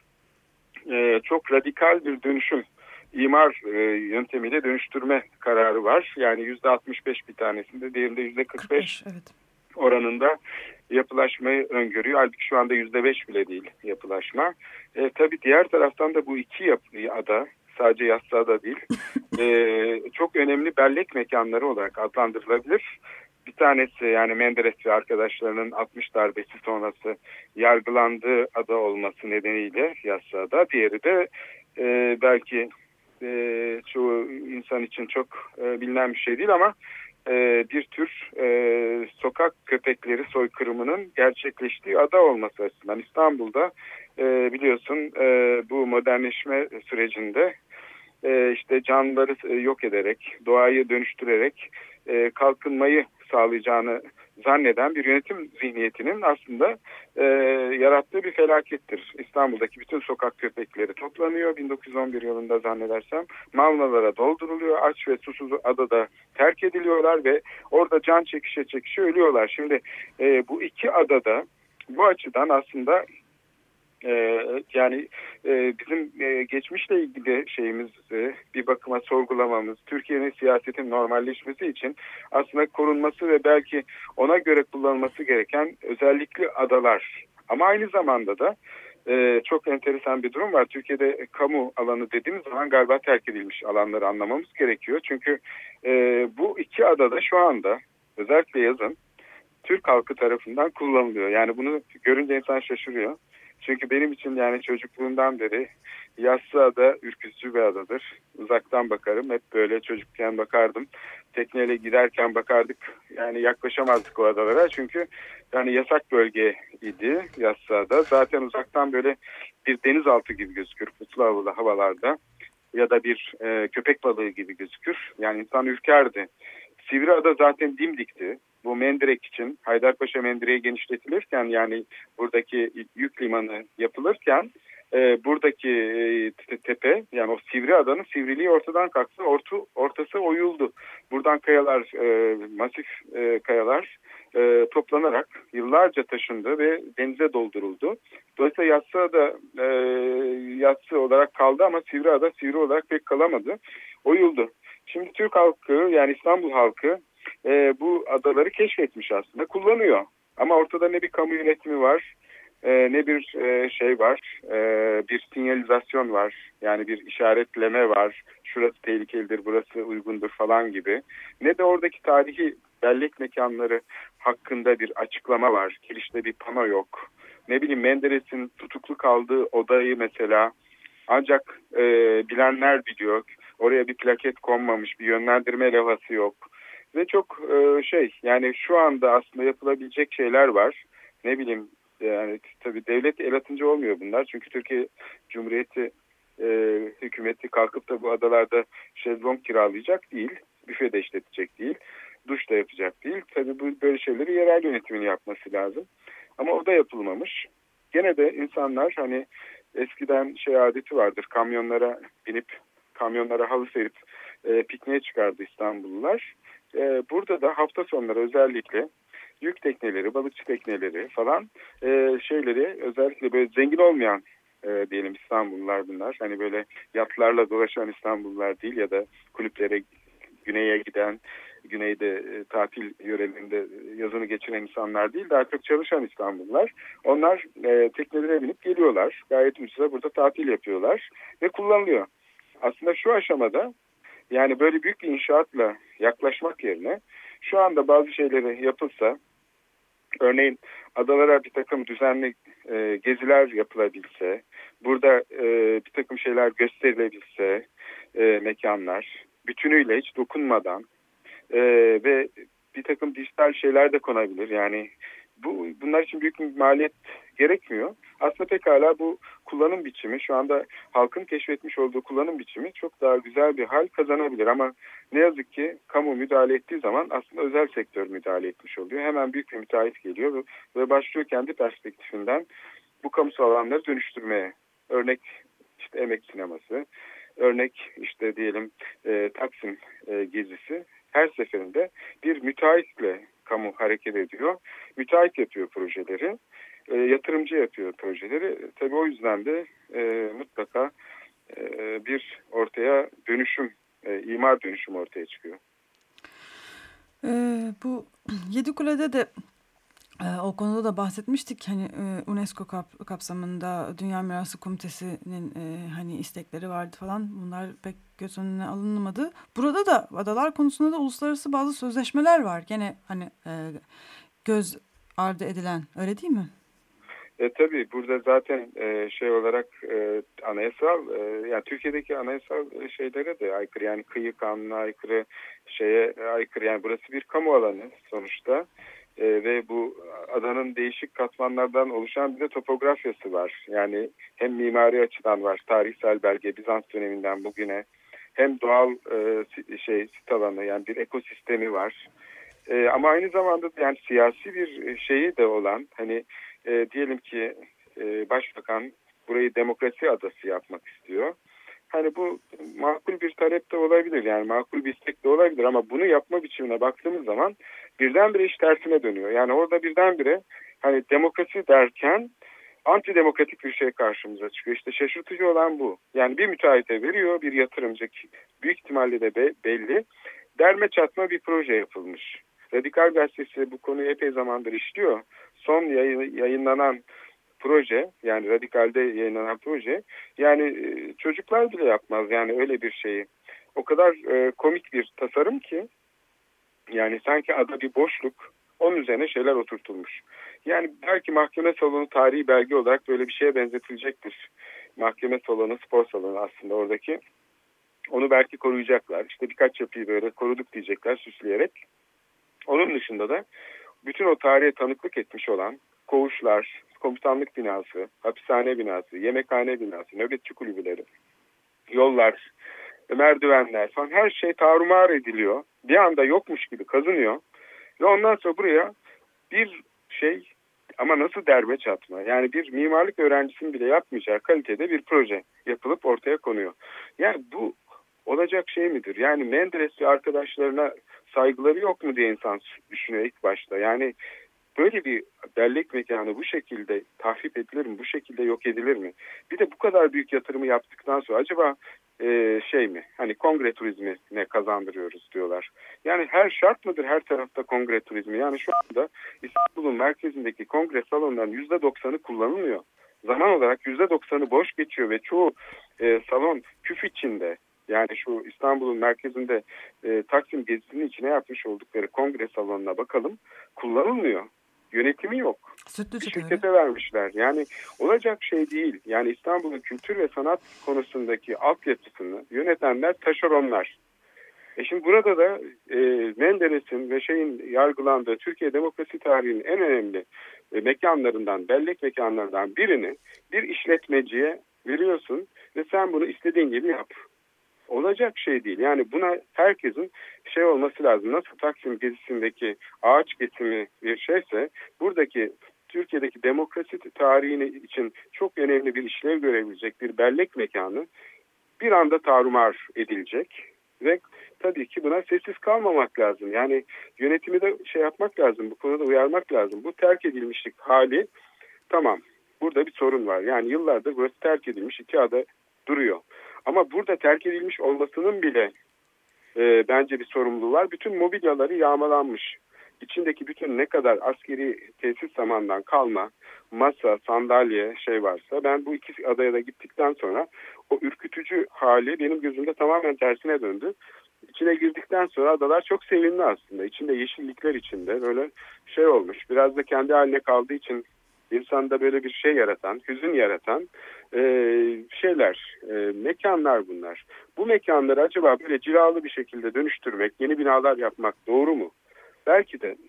e, çok radikal bir dönüşüm, imar e, yöntemiyle dönüştürme kararı var. Yani yüzde altmış beş bir tanesinde, diğerinde yüzde kırk beş evet, oranında yapılaşmayı öngörüyor. Halbuki şu anda yüzde beş bile değil yapılaşma. E, tabii diğer taraftan da bu iki yapı, ada, sadece Yassıada değil, e, çok önemli bellek mekanları olarak adlandırılabilir. Bir tanesi, yani Menderes ve arkadaşlarının altmış darbesi sonrası yargılandığı ada olması nedeniyle Yassıada. Diğeri de e, belki e, çoğu insan için çok e, bilinen bir şey değil ama e, bir tür e, sokak köpekleri soykırımının gerçekleştiği ada olması açısından. İstanbul'da e, biliyorsun e, bu modernleşme sürecinde e, işte canlıları yok ederek, doğayı dönüştürerek e, kalkınmayı sağlayacağını zanneden bir yönetim zihniyetinin aslında e, yarattığı bir felakettir. İstanbul'daki bütün sokak köpekleri toplanıyor. bin dokuz yüz on bir yılında zannedersem mavnalara dolduruluyor. Aç ve susuz adada terk ediliyorlar ve orada can çekişe çekişe ölüyorlar. Şimdi e, bu iki adada bu açıdan aslında Ee, yani e, bizim e, geçmişle ilgili şeyimiz e, bir bakıma sorgulamamız, Türkiye'nin siyasetin normalleşmesi için aslında korunması ve belki ona göre kullanılması gereken özellikle adalar. Ama aynı zamanda da e, çok enteresan bir durum var. Türkiye'de kamu alanı dediğimiz zaman galiba terk edilmiş alanları anlamamız gerekiyor. Çünkü e, bu iki adada şu anda özellikle yazın Türk halkı tarafından kullanılıyor. Yani bunu görünce insan şaşırıyor. Çünkü benim için yani çocukluğumdan beri Yassıada ürkütücü bir adadır. Uzaktan bakarım. Hep böyle çocukken bakardım. Tekneyle giderken bakardık. Yani yaklaşamazdık o adalara. Çünkü yani yasak bölgeydi Yassıada. Zaten uzaktan böyle bir denizaltı gibi gözükür puslu havalı havalarda. Ya da bir e, köpek balığı gibi gözükür. Yani insan ürkerdi. Sivriada zaten dimdikti. Bu Mendirek için Haydarpaşa Mendirek'e genişletilirken, yani buradaki yük limanı yapılırken e, buradaki e, tepe, yani o Sivriada'nın sivriliği ortadan kalktı. Ortu, ortası oyuldu. Buradan kayalar, e, masif e, kayalar e, toplanarak yıllarca taşındı ve denize dolduruldu. Dolayısıyla Yassıada e, yassı olarak kaldı ama Sivriada Sivri olarak pek kalamadı. Oyuldu. Şimdi Türk halkı, yani İstanbul halkı e, bu adaları keşfetmiş aslında, kullanıyor. Ama ortada ne bir kamu yönetimi var, e, ne bir e, şey var, e, bir sinyalizasyon var. Yani bir işaretleme var. Şurası tehlikelidir, burası uygundur falan gibi. Ne de oradaki tarihi bellek mekanları hakkında bir açıklama var. Girişte bir pano yok. Ne bileyim, Menderes'in tutuklu kaldığı odayı mesela ancak e, bilenler biliyor. Oraya bir plaket konmamış, bir yönlendirme levhası yok. Ve çok e, şey, yani şu anda aslında yapılabilecek şeyler var. Ne bileyim, yani tabii devlet el atınca olmuyor bunlar. Çünkü Türkiye Cumhuriyeti e, hükümeti kalkıp da bu adalarda şezlong kiralayacak değil. Büfe de işletecek değil. Duş da yapacak değil. Tabii bu böyle şeyleri yerel yönetimin yapması lazım. Ama o da yapılmamış. Gene de insanlar, hani eskiden şey adeti vardır. Kamyonlara binip, kamyonlara halı serip e, pikniğe çıkardı İstanbullular. E, burada da hafta sonları özellikle yük tekneleri, balıkçı tekneleri falan e, şeyleri, özellikle böyle zengin olmayan e, diyelim İstanbullular bunlar. Hani böyle yatlarla dolaşan İstanbullular değil ya da kulüplere güneye giden, güneyde e, tatil yörelerinde yazını geçiren insanlar değil, daha çok çalışan İstanbullular. Onlar e, teknelere binip geliyorlar. Gayet ucuza burada tatil yapıyorlar ve kullanılıyor. Aslında şu aşamada, yani böyle büyük bir inşaatla yaklaşmak yerine şu anda bazı şeyleri yapılsa, örneğin adalara bir takım düzenli e, geziler yapılabilse, burada e, bir takım şeyler gösterilebilse, e, mekanlar bütünüyle hiç dokunmadan e, ve bir takım dijital şeyler de konabilir. Yani bu bunlar için büyük bir maliyet gerekmiyor. Aslında pekala bu kullanım biçimi, şu anda halkın keşfetmiş olduğu kullanım biçimi çok daha güzel bir hal kazanabilir. Ama ne yazık ki kamu müdahale ettiği zaman aslında özel sektör müdahale etmiş oluyor. Hemen büyük bir müteahhit geliyor ve başlıyor kendi perspektifinden bu kamusal alanları dönüştürmeye. Örnek işte Emek Sineması, örnek işte diyelim e, Taksim e, gezisi. Her seferinde bir müteahhitle kamu hareket ediyor. Müteahhit yapıyor projeleri, e, yatırımcı yapıyor projeleri. Tabii o yüzden de e, mutlaka e, bir ortaya dönüşüm, e, imar dönüşüm ortaya çıkıyor. E, bu Yedikule'de de e, o konuda da bahsetmiştik. Hani e, UNESCO kap, kapsamında Dünya Mirası Komitesi'nin e, hani istekleri vardı falan. Bunlar pek göz önüne alınmadı. Burada da adalar konusunda da uluslararası bazı sözleşmeler var. Gene hani e, göz ardı edilen, öyle değil mi? E, tabii burada zaten e, şey olarak e, anayasal, e, yani Türkiye'deki anayasal şeylere de aykırı, yani kıyı kanununa aykırı, şeye aykırı. Yani burası bir kamu alanı sonuçta. Ee, ve bu adanın değişik katmanlardan oluşan bir de topografyası var. Yani hem mimari açıdan var, tarihsel belge Bizans döneminden bugüne, hem doğal e, şey sit alanı, yani bir ekosistemi var. E, ama aynı zamanda yani siyasi bir şeyi de olan, hani e, diyelim ki e, başbakan burayı demokrasi adası yapmak istiyor. Hani bu makul bir talep de olabilir, yani makul bir istek de olabilir, ama bunu yapma biçimine baktığımız zaman birdenbire iş tersine dönüyor. Yani orada birdenbire hani demokrasi derken antidemokratik bir şey karşımıza çıkıyor. İşte şaşırtıcı olan bu. Yani bir müteahhite veriyor, bir yatırımcı, büyük ihtimalle de be, belli, derme çatma bir proje yapılmış. Radikal Gazetesi bu konuyu epey zamandır işliyor. Son yayın, yayınlanan proje, yani Radikal'de yayınlanan proje, yani çocuklar bile yapmaz yani öyle bir şeyi. O kadar e, komik bir tasarım ki, yani sanki ada bir boşluk, onun üzerine şeyler oturtulmuş. Yani belki mahkeme salonu tarihi belge olarak böyle bir şeye benzetilecektir. Mahkeme salonu, spor salonu aslında oradaki. Onu belki koruyacaklar. İşte birkaç yapıyı böyle koruduk diyecekler süsleyerek. Onun dışında da bütün o tarihe tanıklık etmiş olan koğuşlar, komutanlık binası, hapishane binası, yemekhane binası, nöbetçi kulübeleri, yollar, merdivenler falan, her şey tarumar ediliyor. Bir anda yokmuş gibi kazınıyor. Ve ondan sonra buraya bir şey, ama nasıl derme çatma, yani bir mimarlık öğrencisinin bile yapmayacağı kalitede bir proje yapılıp ortaya konuyor. Yani bu olacak şey midir? Yani Menderes ve arkadaşlarına saygıları yok mu diye insan düşünüyor ilk başta. Yani böyle bir bellek mekanı bu şekilde tahrip edilir mi? Bu şekilde yok edilir mi? Bir de bu kadar büyük yatırımı yaptıktan sonra acaba e, şey mi? Hani kongre turizmi ne kazandırıyoruz diyorlar. Yani her şart mıdır her tarafta kongre turizmi? Yani şu anda İstanbul'un merkezindeki kongre salonlarının yüzde doksanı kullanılmıyor. Zaman olarak yüzde doksanı boş geçiyor ve çoğu e, salon küf içinde. Yani şu İstanbul'un merkezinde e, Taksim gezisinin içine yapmış oldukları kongre salonuna bakalım, kullanılmıyor. Yönetimi yok. Sütlücük bir şirkete öyle vermişler. Yani olacak şey değil. Yani İstanbul'un kültür ve sanat konusundaki altyapısını yönetenler taşeronlar. E şimdi burada da e, Menderes'in ve şeyin yargılandığı Türkiye demokrasi tarihinin en önemli e, mekanlarından, bellek mekanlarından birini bir işletmeciye veriyorsun ve sen bunu istediğin gibi yap. Olacak şey değil. Yani buna herkesin şey olması lazım. Nasıl Taksim gezisindeki ağaç kesimi bir şeyse buradaki Türkiye'deki demokrasi tarihini için çok önemli bir işlev görebilecek bir bellek mekanı bir anda tarumar edilecek ve tabii ki buna sessiz kalmamak lazım. Yani yönetimi de şey yapmak lazım. Bu konuda uyarmak lazım. Bu terk edilmişlik hali tamam. Burada bir sorun var. Yani yıllardır burası terk edilmiş, iki ada duruyor. Ama burada terk edilmiş olmasının bile e, bence bir sorumluluğu var. Bütün mobilyaları yağmalanmış. İçindeki bütün ne kadar askeri tesis zamandan kalma masa, sandalye şey varsa ben bu iki adaya da gittikten sonra o ürkütücü hali benim gözümde tamamen tersine döndü. İçine girdikten sonra adalar çok sevimli aslında. İçinde yeşillikler içinde böyle şey olmuş. Biraz da kendi haline kaldığı için insanda böyle bir şey yaratan, hüzün yaratan e, şeyler, e, mekanlar bunlar. Bu mekanları acaba böyle cilalı bir şekilde dönüştürmek, yeni binalar yapmak doğru mu? Belki de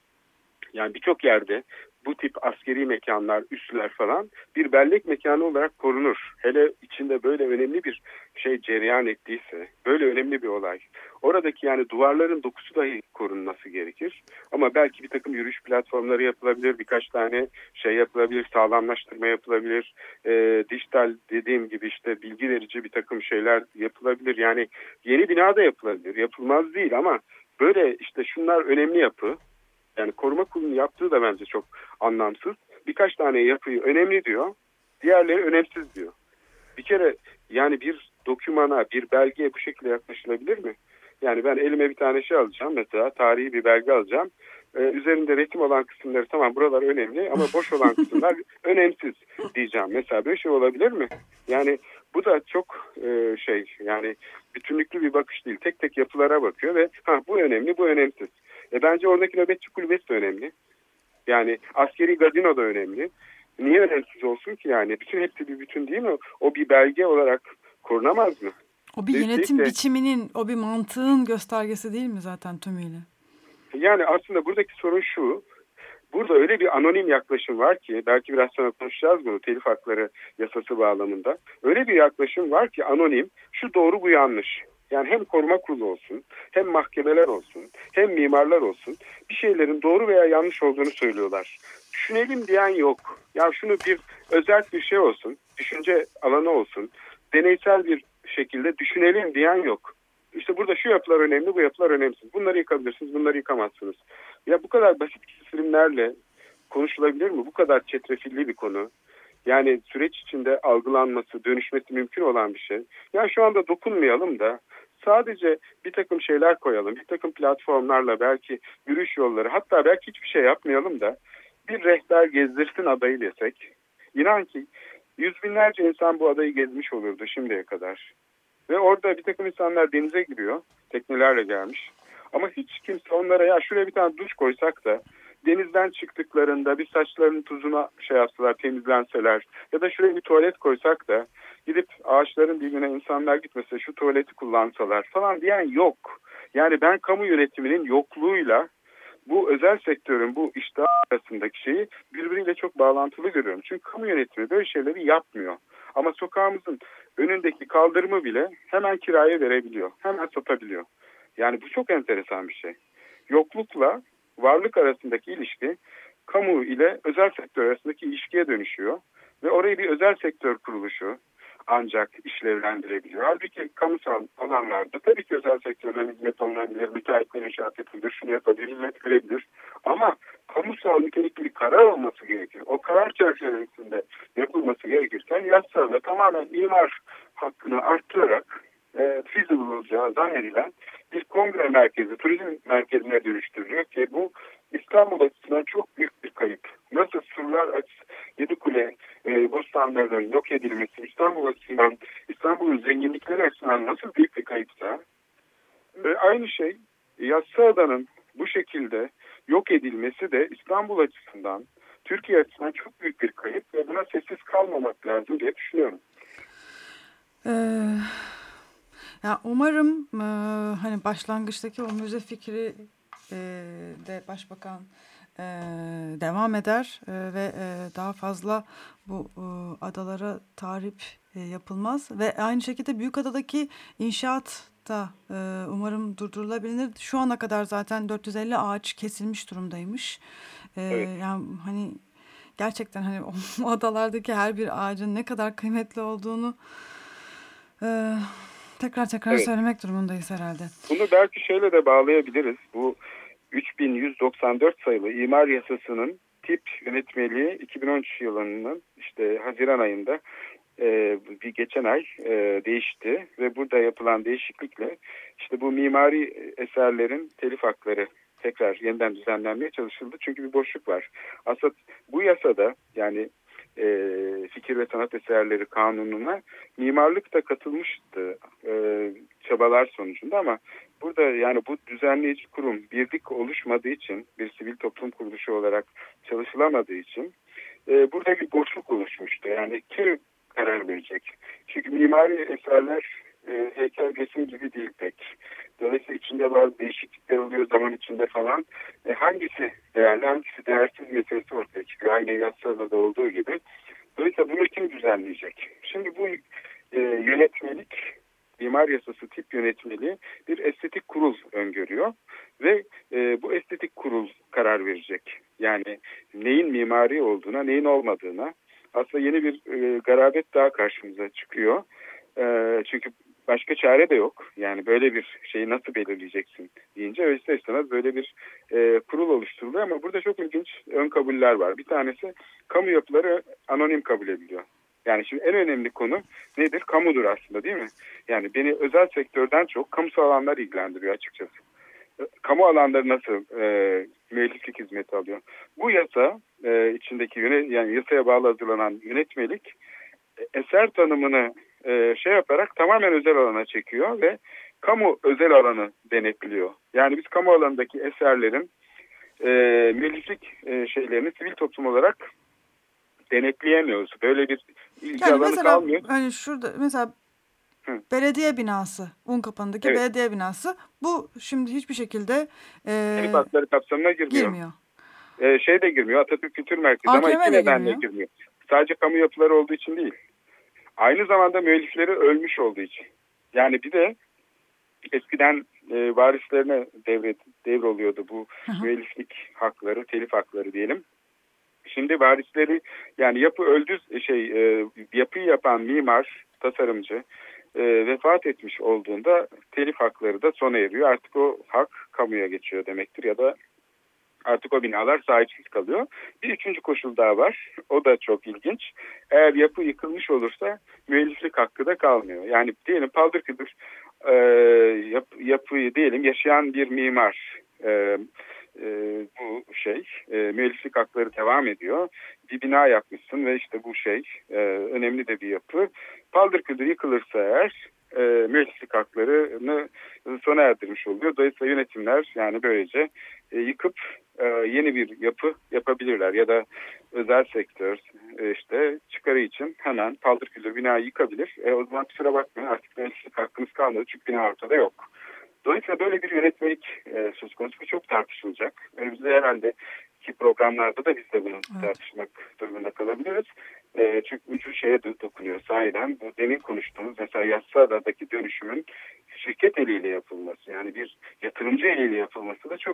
yani birçok yerde bu tip askeri mekanlar, üsler falan bir bellek mekanı olarak korunur. Hele içinde böyle önemli bir şey cereyan ettiyse, böyle önemli bir olay. Oradaki yani duvarların dokusu dahi korunması gerekir. Ama belki bir takım yürüyüş platformları yapılabilir, birkaç tane şey yapılabilir, sağlamlaştırma yapılabilir. E, dijital dediğim gibi işte bilgi verici bir takım şeyler yapılabilir. Yani yeni bina da yapılabilir, yapılmaz değil ama böyle işte şunlar önemli yapı. Yani koruma kurulunun yaptığı da bence çok anlamsız. Birkaç tane yapıyı önemli diyor, diğerleri önemsiz diyor. Bir kere yani bir dokümana, bir belgeye bu şekilde yaklaşılabilir mi? Yani ben elime bir tane şey alacağım mesela, tarihi bir belge alacağım. Ee, üzerinde resim olan kısımları tamam buralar önemli ama boş olan kısımlar önemsiz diyeceğim. Mesela böyle şey olabilir mi? Yani bu da çok e, şey yani bütünlüklü bir bakış değil. Tek tek yapılara bakıyor ve ha bu önemli, bu önemsiz. E bence oradaki nöbetçi kulübesi de önemli. Yani askeri gazino da önemli. Niye önemsiz olsun ki yani? Bütün hepsi bir bütün değil mi? O bir belge olarak korunamaz mı? O bir yönetim Kesinlikle. biçiminin, o bir mantığın göstergesi değil mi zaten tümüyle? Yani aslında buradaki sorun şu. Burada öyle bir anonim yaklaşım var ki, belki biraz sonra konuşacağız bunu telif hakları yasası bağlamında. Öyle bir yaklaşım var ki anonim, şu doğru bu yanlış. Yani hem koruma kurulu olsun, hem mahkemeler olsun, hem mimarlar olsun bir şeylerin doğru veya yanlış olduğunu söylüyorlar. Düşünelim diyen yok. Ya şunu bir özel bir şey olsun, düşünce alanı olsun, deneysel bir şekilde düşünelim diyen yok. İşte burada şu yapılar önemli, bu yapılar önemsiz. Bunları yıkabilirsiniz, bunları yıkamazsınız. Ya bu kadar basit kesimlerle konuşulabilir mi? Bu kadar çetrefilli bir konu. Yani süreç içinde algılanması, dönüşmesi mümkün olan bir şey. Yani şu anda dokunmayalım da sadece bir takım şeyler koyalım. Bir takım platformlarla belki yürüyüş yolları, hatta belki hiçbir şey yapmayalım da bir rehber gezdirsin adayı desek. İnan ki yüz binlerce insan bu adayı gezmiş olurdu şimdiye kadar. Ve orada bir takım insanlar denize giriyor, teknelerle gelmiş. Ama hiç kimse onlara ya şuraya bir tane duş koysak da denizden çıktıklarında bir saçlarının tuzuna şey yapsalar, temizlenseler ya da şuraya bir tuvalet koysak da gidip ağaçların dibine insanlar gitmese şu tuvaleti kullansalar falan diyen yok. Yani ben kamu yönetiminin yokluğuyla bu özel sektörün bu iştah arasındaki şeyi birbiriyle çok bağlantılı görüyorum. Çünkü kamu yönetimi böyle şeyleri yapmıyor. Ama sokağımızın önündeki kaldırımı bile hemen kiraya verebiliyor. Hemen satabiliyor. Yani bu çok enteresan bir şey. Yoklukla varlık arasındaki ilişki kamu ile özel sektör arasındaki ilişkiye dönüşüyor. Ve orayı bir özel sektör kuruluşu, ancak işlevlendirebiliyor. Halbuki kamusal alanlarda tabii ki özel sektörden hizmet alınabilir, müteahhitler inşaat yapabilir, şunu yapabilir, hizmet verebilir. Ama kamusal nitelikli bir karar olması gerekir. O karar çerçevesinde yapılması gerekirken yasada tamamen imar hakkını arttırarak e, feasible olacağı zannedilen bir kongre merkezi, turizm merkezine dönüştürülüyor ki bu İstanbul açısından çok büyük bir kayıp. Nasıl surlar açısından Yedikule e, bostanlarının yok edilmesi İstanbul açısından, İstanbul'un zenginlikleri açısından nasıl büyük bir kayıpsa e, aynı şey Yassıada'nın bu şekilde yok edilmesi de İstanbul açısından, Türkiye açısından çok büyük bir kayıp ve buna sessiz kalmamak lazım diye düşünüyorum. Ee, ya umarım e, hani başlangıçtaki o müze fikri e, de Başbakan e, devam eder e, ve e, daha fazla bu e, adalara tahrip e, yapılmaz ve aynı şekilde Büyükada'daki inşaat da e, umarım durdurulabilir. Şu ana kadar zaten dört yüz elli ağaç kesilmiş durumdaymış. E, Evet. Yani hani gerçekten hani o adalardaki her bir ağacın ne kadar kıymetli olduğunu e, tekrar tekrar Evet. söylemek durumundayız herhalde. Bunu belki şöyle de bağlayabiliriz. Bu üç bin yüz doksan dört sayılı imar yasasının tip yönetmeliği iki bin on üç yılının işte Haziran ayında e, bir geçen ay e, değişti ve burada yapılan değişiklikle işte bu mimari eserlerin telif hakları tekrar yeniden düzenlenmeye çalışıldı. Çünkü bir boşluk var. Aslında bu yasada yani e, fikir ve sanat eserleri kanununa mimarlık da katılmıştı e, çabalar sonucunda ama burada yani bu düzenleyici kurum birlik oluşmadığı için bir sivil toplum kuruluşu olarak çalışılamadığı için e, burada bir boşluk oluşmuştu. Yani kim karar verecek? Çünkü mimari eserler e, heykel resim gibi değil pek. Dolayısıyla içinde bazı değişiklikler oluyor zaman içinde falan. E, hangisi değerli, hangisi değersiz meselesi ortaya çıkıyor. Aynı Yassıada'da olduğu gibi. Dolayısıyla bunu kim düzenleyecek? Şimdi bu e, yönetmelik, mimar yasası tip yönetmeliği bir estetik kurul öngörüyor. Ve e, bu estetik kurul karar verecek. Yani neyin mimari olduğuna, neyin olmadığına. Aslında yeni bir e, garabet daha karşımıza çıkıyor. E, çünkü başka çare de yok. Yani böyle bir şeyi nasıl belirleyeceksin deyince öyle istemez böyle bir e, kurul oluşturuluyor ama burada çok ilginç ön kabuller var. Bir tanesi kamu yapıları anonim kabul ediliyor. Yani şimdi en önemli konu nedir? Kamudur aslında değil mi? Yani beni özel sektörden çok kamusal alanlar ilgilendiriyor açıkçası. Kamu alanları nasıl e, müelliflik hizmeti alıyor? Bu yasa e, içindeki yönet, yani yasaya bağlı hazırlanan yönetmelik e, eser tanımını e, şey yaparak tamamen özel alana çekiyor ve kamu özel alanı denetliyor. Yani biz kamu alanındaki eserlerin e, müelliflik e, şeylerini sivil toplum olarak denetleyemiyoruz. Böyle bir ilgi Yani alanı mesela kalmıyor. hani şurada mesela Hı. belediye binası, Unkapanı'ndaki Evet. belediye binası bu şimdi hiçbir şekilde e, Telif hakları kapsamına girmiyor. girmiyor. Ee, şey de girmiyor. Atatürk Kültür Merkezi A ama K M iki de nedenle girmiyor. girmiyor. Sadece kamu yapıları olduğu için değil. Aynı zamanda müellifleri ölmüş olduğu için. Yani bir de eskiden e, varislerine devre, devroluyordu bu Hı hı. müelliflik hakları, telif hakları diyelim. Şimdi varisleri yani yapı öldü şey e, yapıyı yapan mimar, tasarımcı e, vefat etmiş olduğunda telif hakları da sona eriyor. Artık o hak kamuya geçiyor demektir ya da artık o binalar sahipsiz kalıyor. Bir üçüncü koşul daha var. O da çok ilginç. Eğer yapı yıkılmış olursa müelliflik hakkı da kalmıyor. Yani diyelim paldır-küldür e, yap, yapıyı diyelim yaşayan bir mimar e, e, bu şey e, müelliflik hakları devam ediyor. Bir bina yapmışsın ve işte bu şey e, önemli de bir yapı. Paldır-küldür yıkılırsa eğer e, müelliflik haklarını sona erdirmiş oluyor. Dolayısıyla yönetimler yani böylece e, yıkıp e, yeni bir yapı yapabilirler ya da özel sektör e, işte çıkarı için hemen paldır-küldür binayı yıkabilir. E, o zaman kusura bakmayın artık müelliflik hakkınız kalmadı çünkü bina ortada yok. Dolayısıyla böyle bir yönetmelik e, söz konusu. Bu çok tartışılacak. Önümüzde herhalde ki programlarda da biz de bunu evet. tartışmak durumunda kalabiliriz. E, çünkü ucu şeye dokunuyor sahiden. Bu demin konuştuğumuz mesela Yassıada'daki dönüşümün şirket eliyle yapılması yani bir yatırımcı eliyle yapılması da çok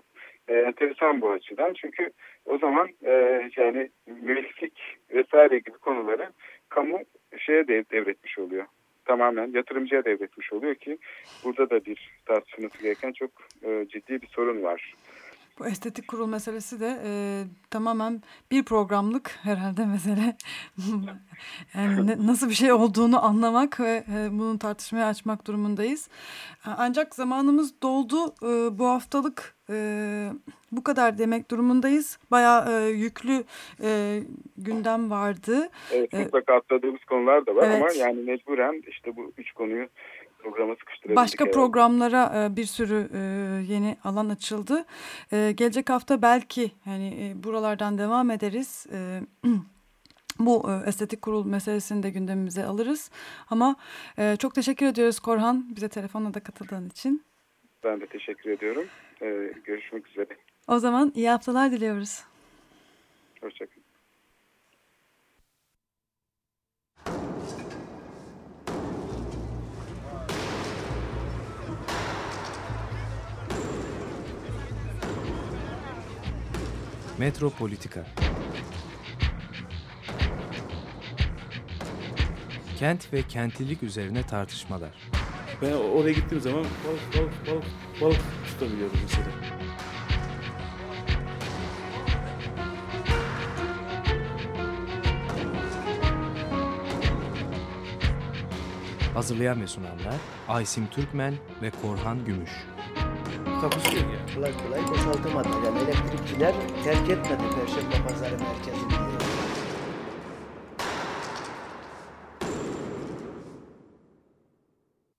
e, enteresan bu açıdan. Çünkü o zaman e, yani müeliflik vesaire gibi konuları kamu şeye dev, devretmiş oluyor. Tamamen yatırımcıya devretmiş oluyor ki burada da bir tartışılması gereken çok e, ciddi bir sorun var. Bu estetik kurul meselesi de e, tamamen bir programlık herhalde mesele. Yani ne, nasıl bir şey olduğunu anlamak ve e, bunun tartışmaya açmak durumundayız. Ancak zamanımız doldu. E, bu haftalık e, bu kadar demek durumundayız. Bayağı e, yüklü e, gündem vardı. Evet, E, mutlaka atladığımız konular da var evet. ama yani mecburen işte bu üç konuyu programa sıkıştırabildik. Başka herhalde. programlara e, bir sürü e, yeni alan açıldı. E, gelecek hafta belki hani e, buralardan devam ederiz. E, bu e, estetik kurul meselesini de gündemimize alırız. Ama e, çok teşekkür ediyoruz Korhan, bize telefonla da katıldığın için. Ben de teşekkür ediyorum. Ee, görüşmek üzere. O zaman iyi haftalar diliyoruz. Hoşçakalın. Metropolitika. Kent ve kentlilik üzerine tartışmalar. Ben oraya gittiğim zaman balık balık balık balık tutabiliyorum mesela. Hazırlayan ve sunanlar Aysim Türkmen ve Korhan Gümüş. Takusuyor yani. Kolay kolay boşaltamadı. Yani elektrikçiler terk etmedi Perşembe Pazarı merkezini.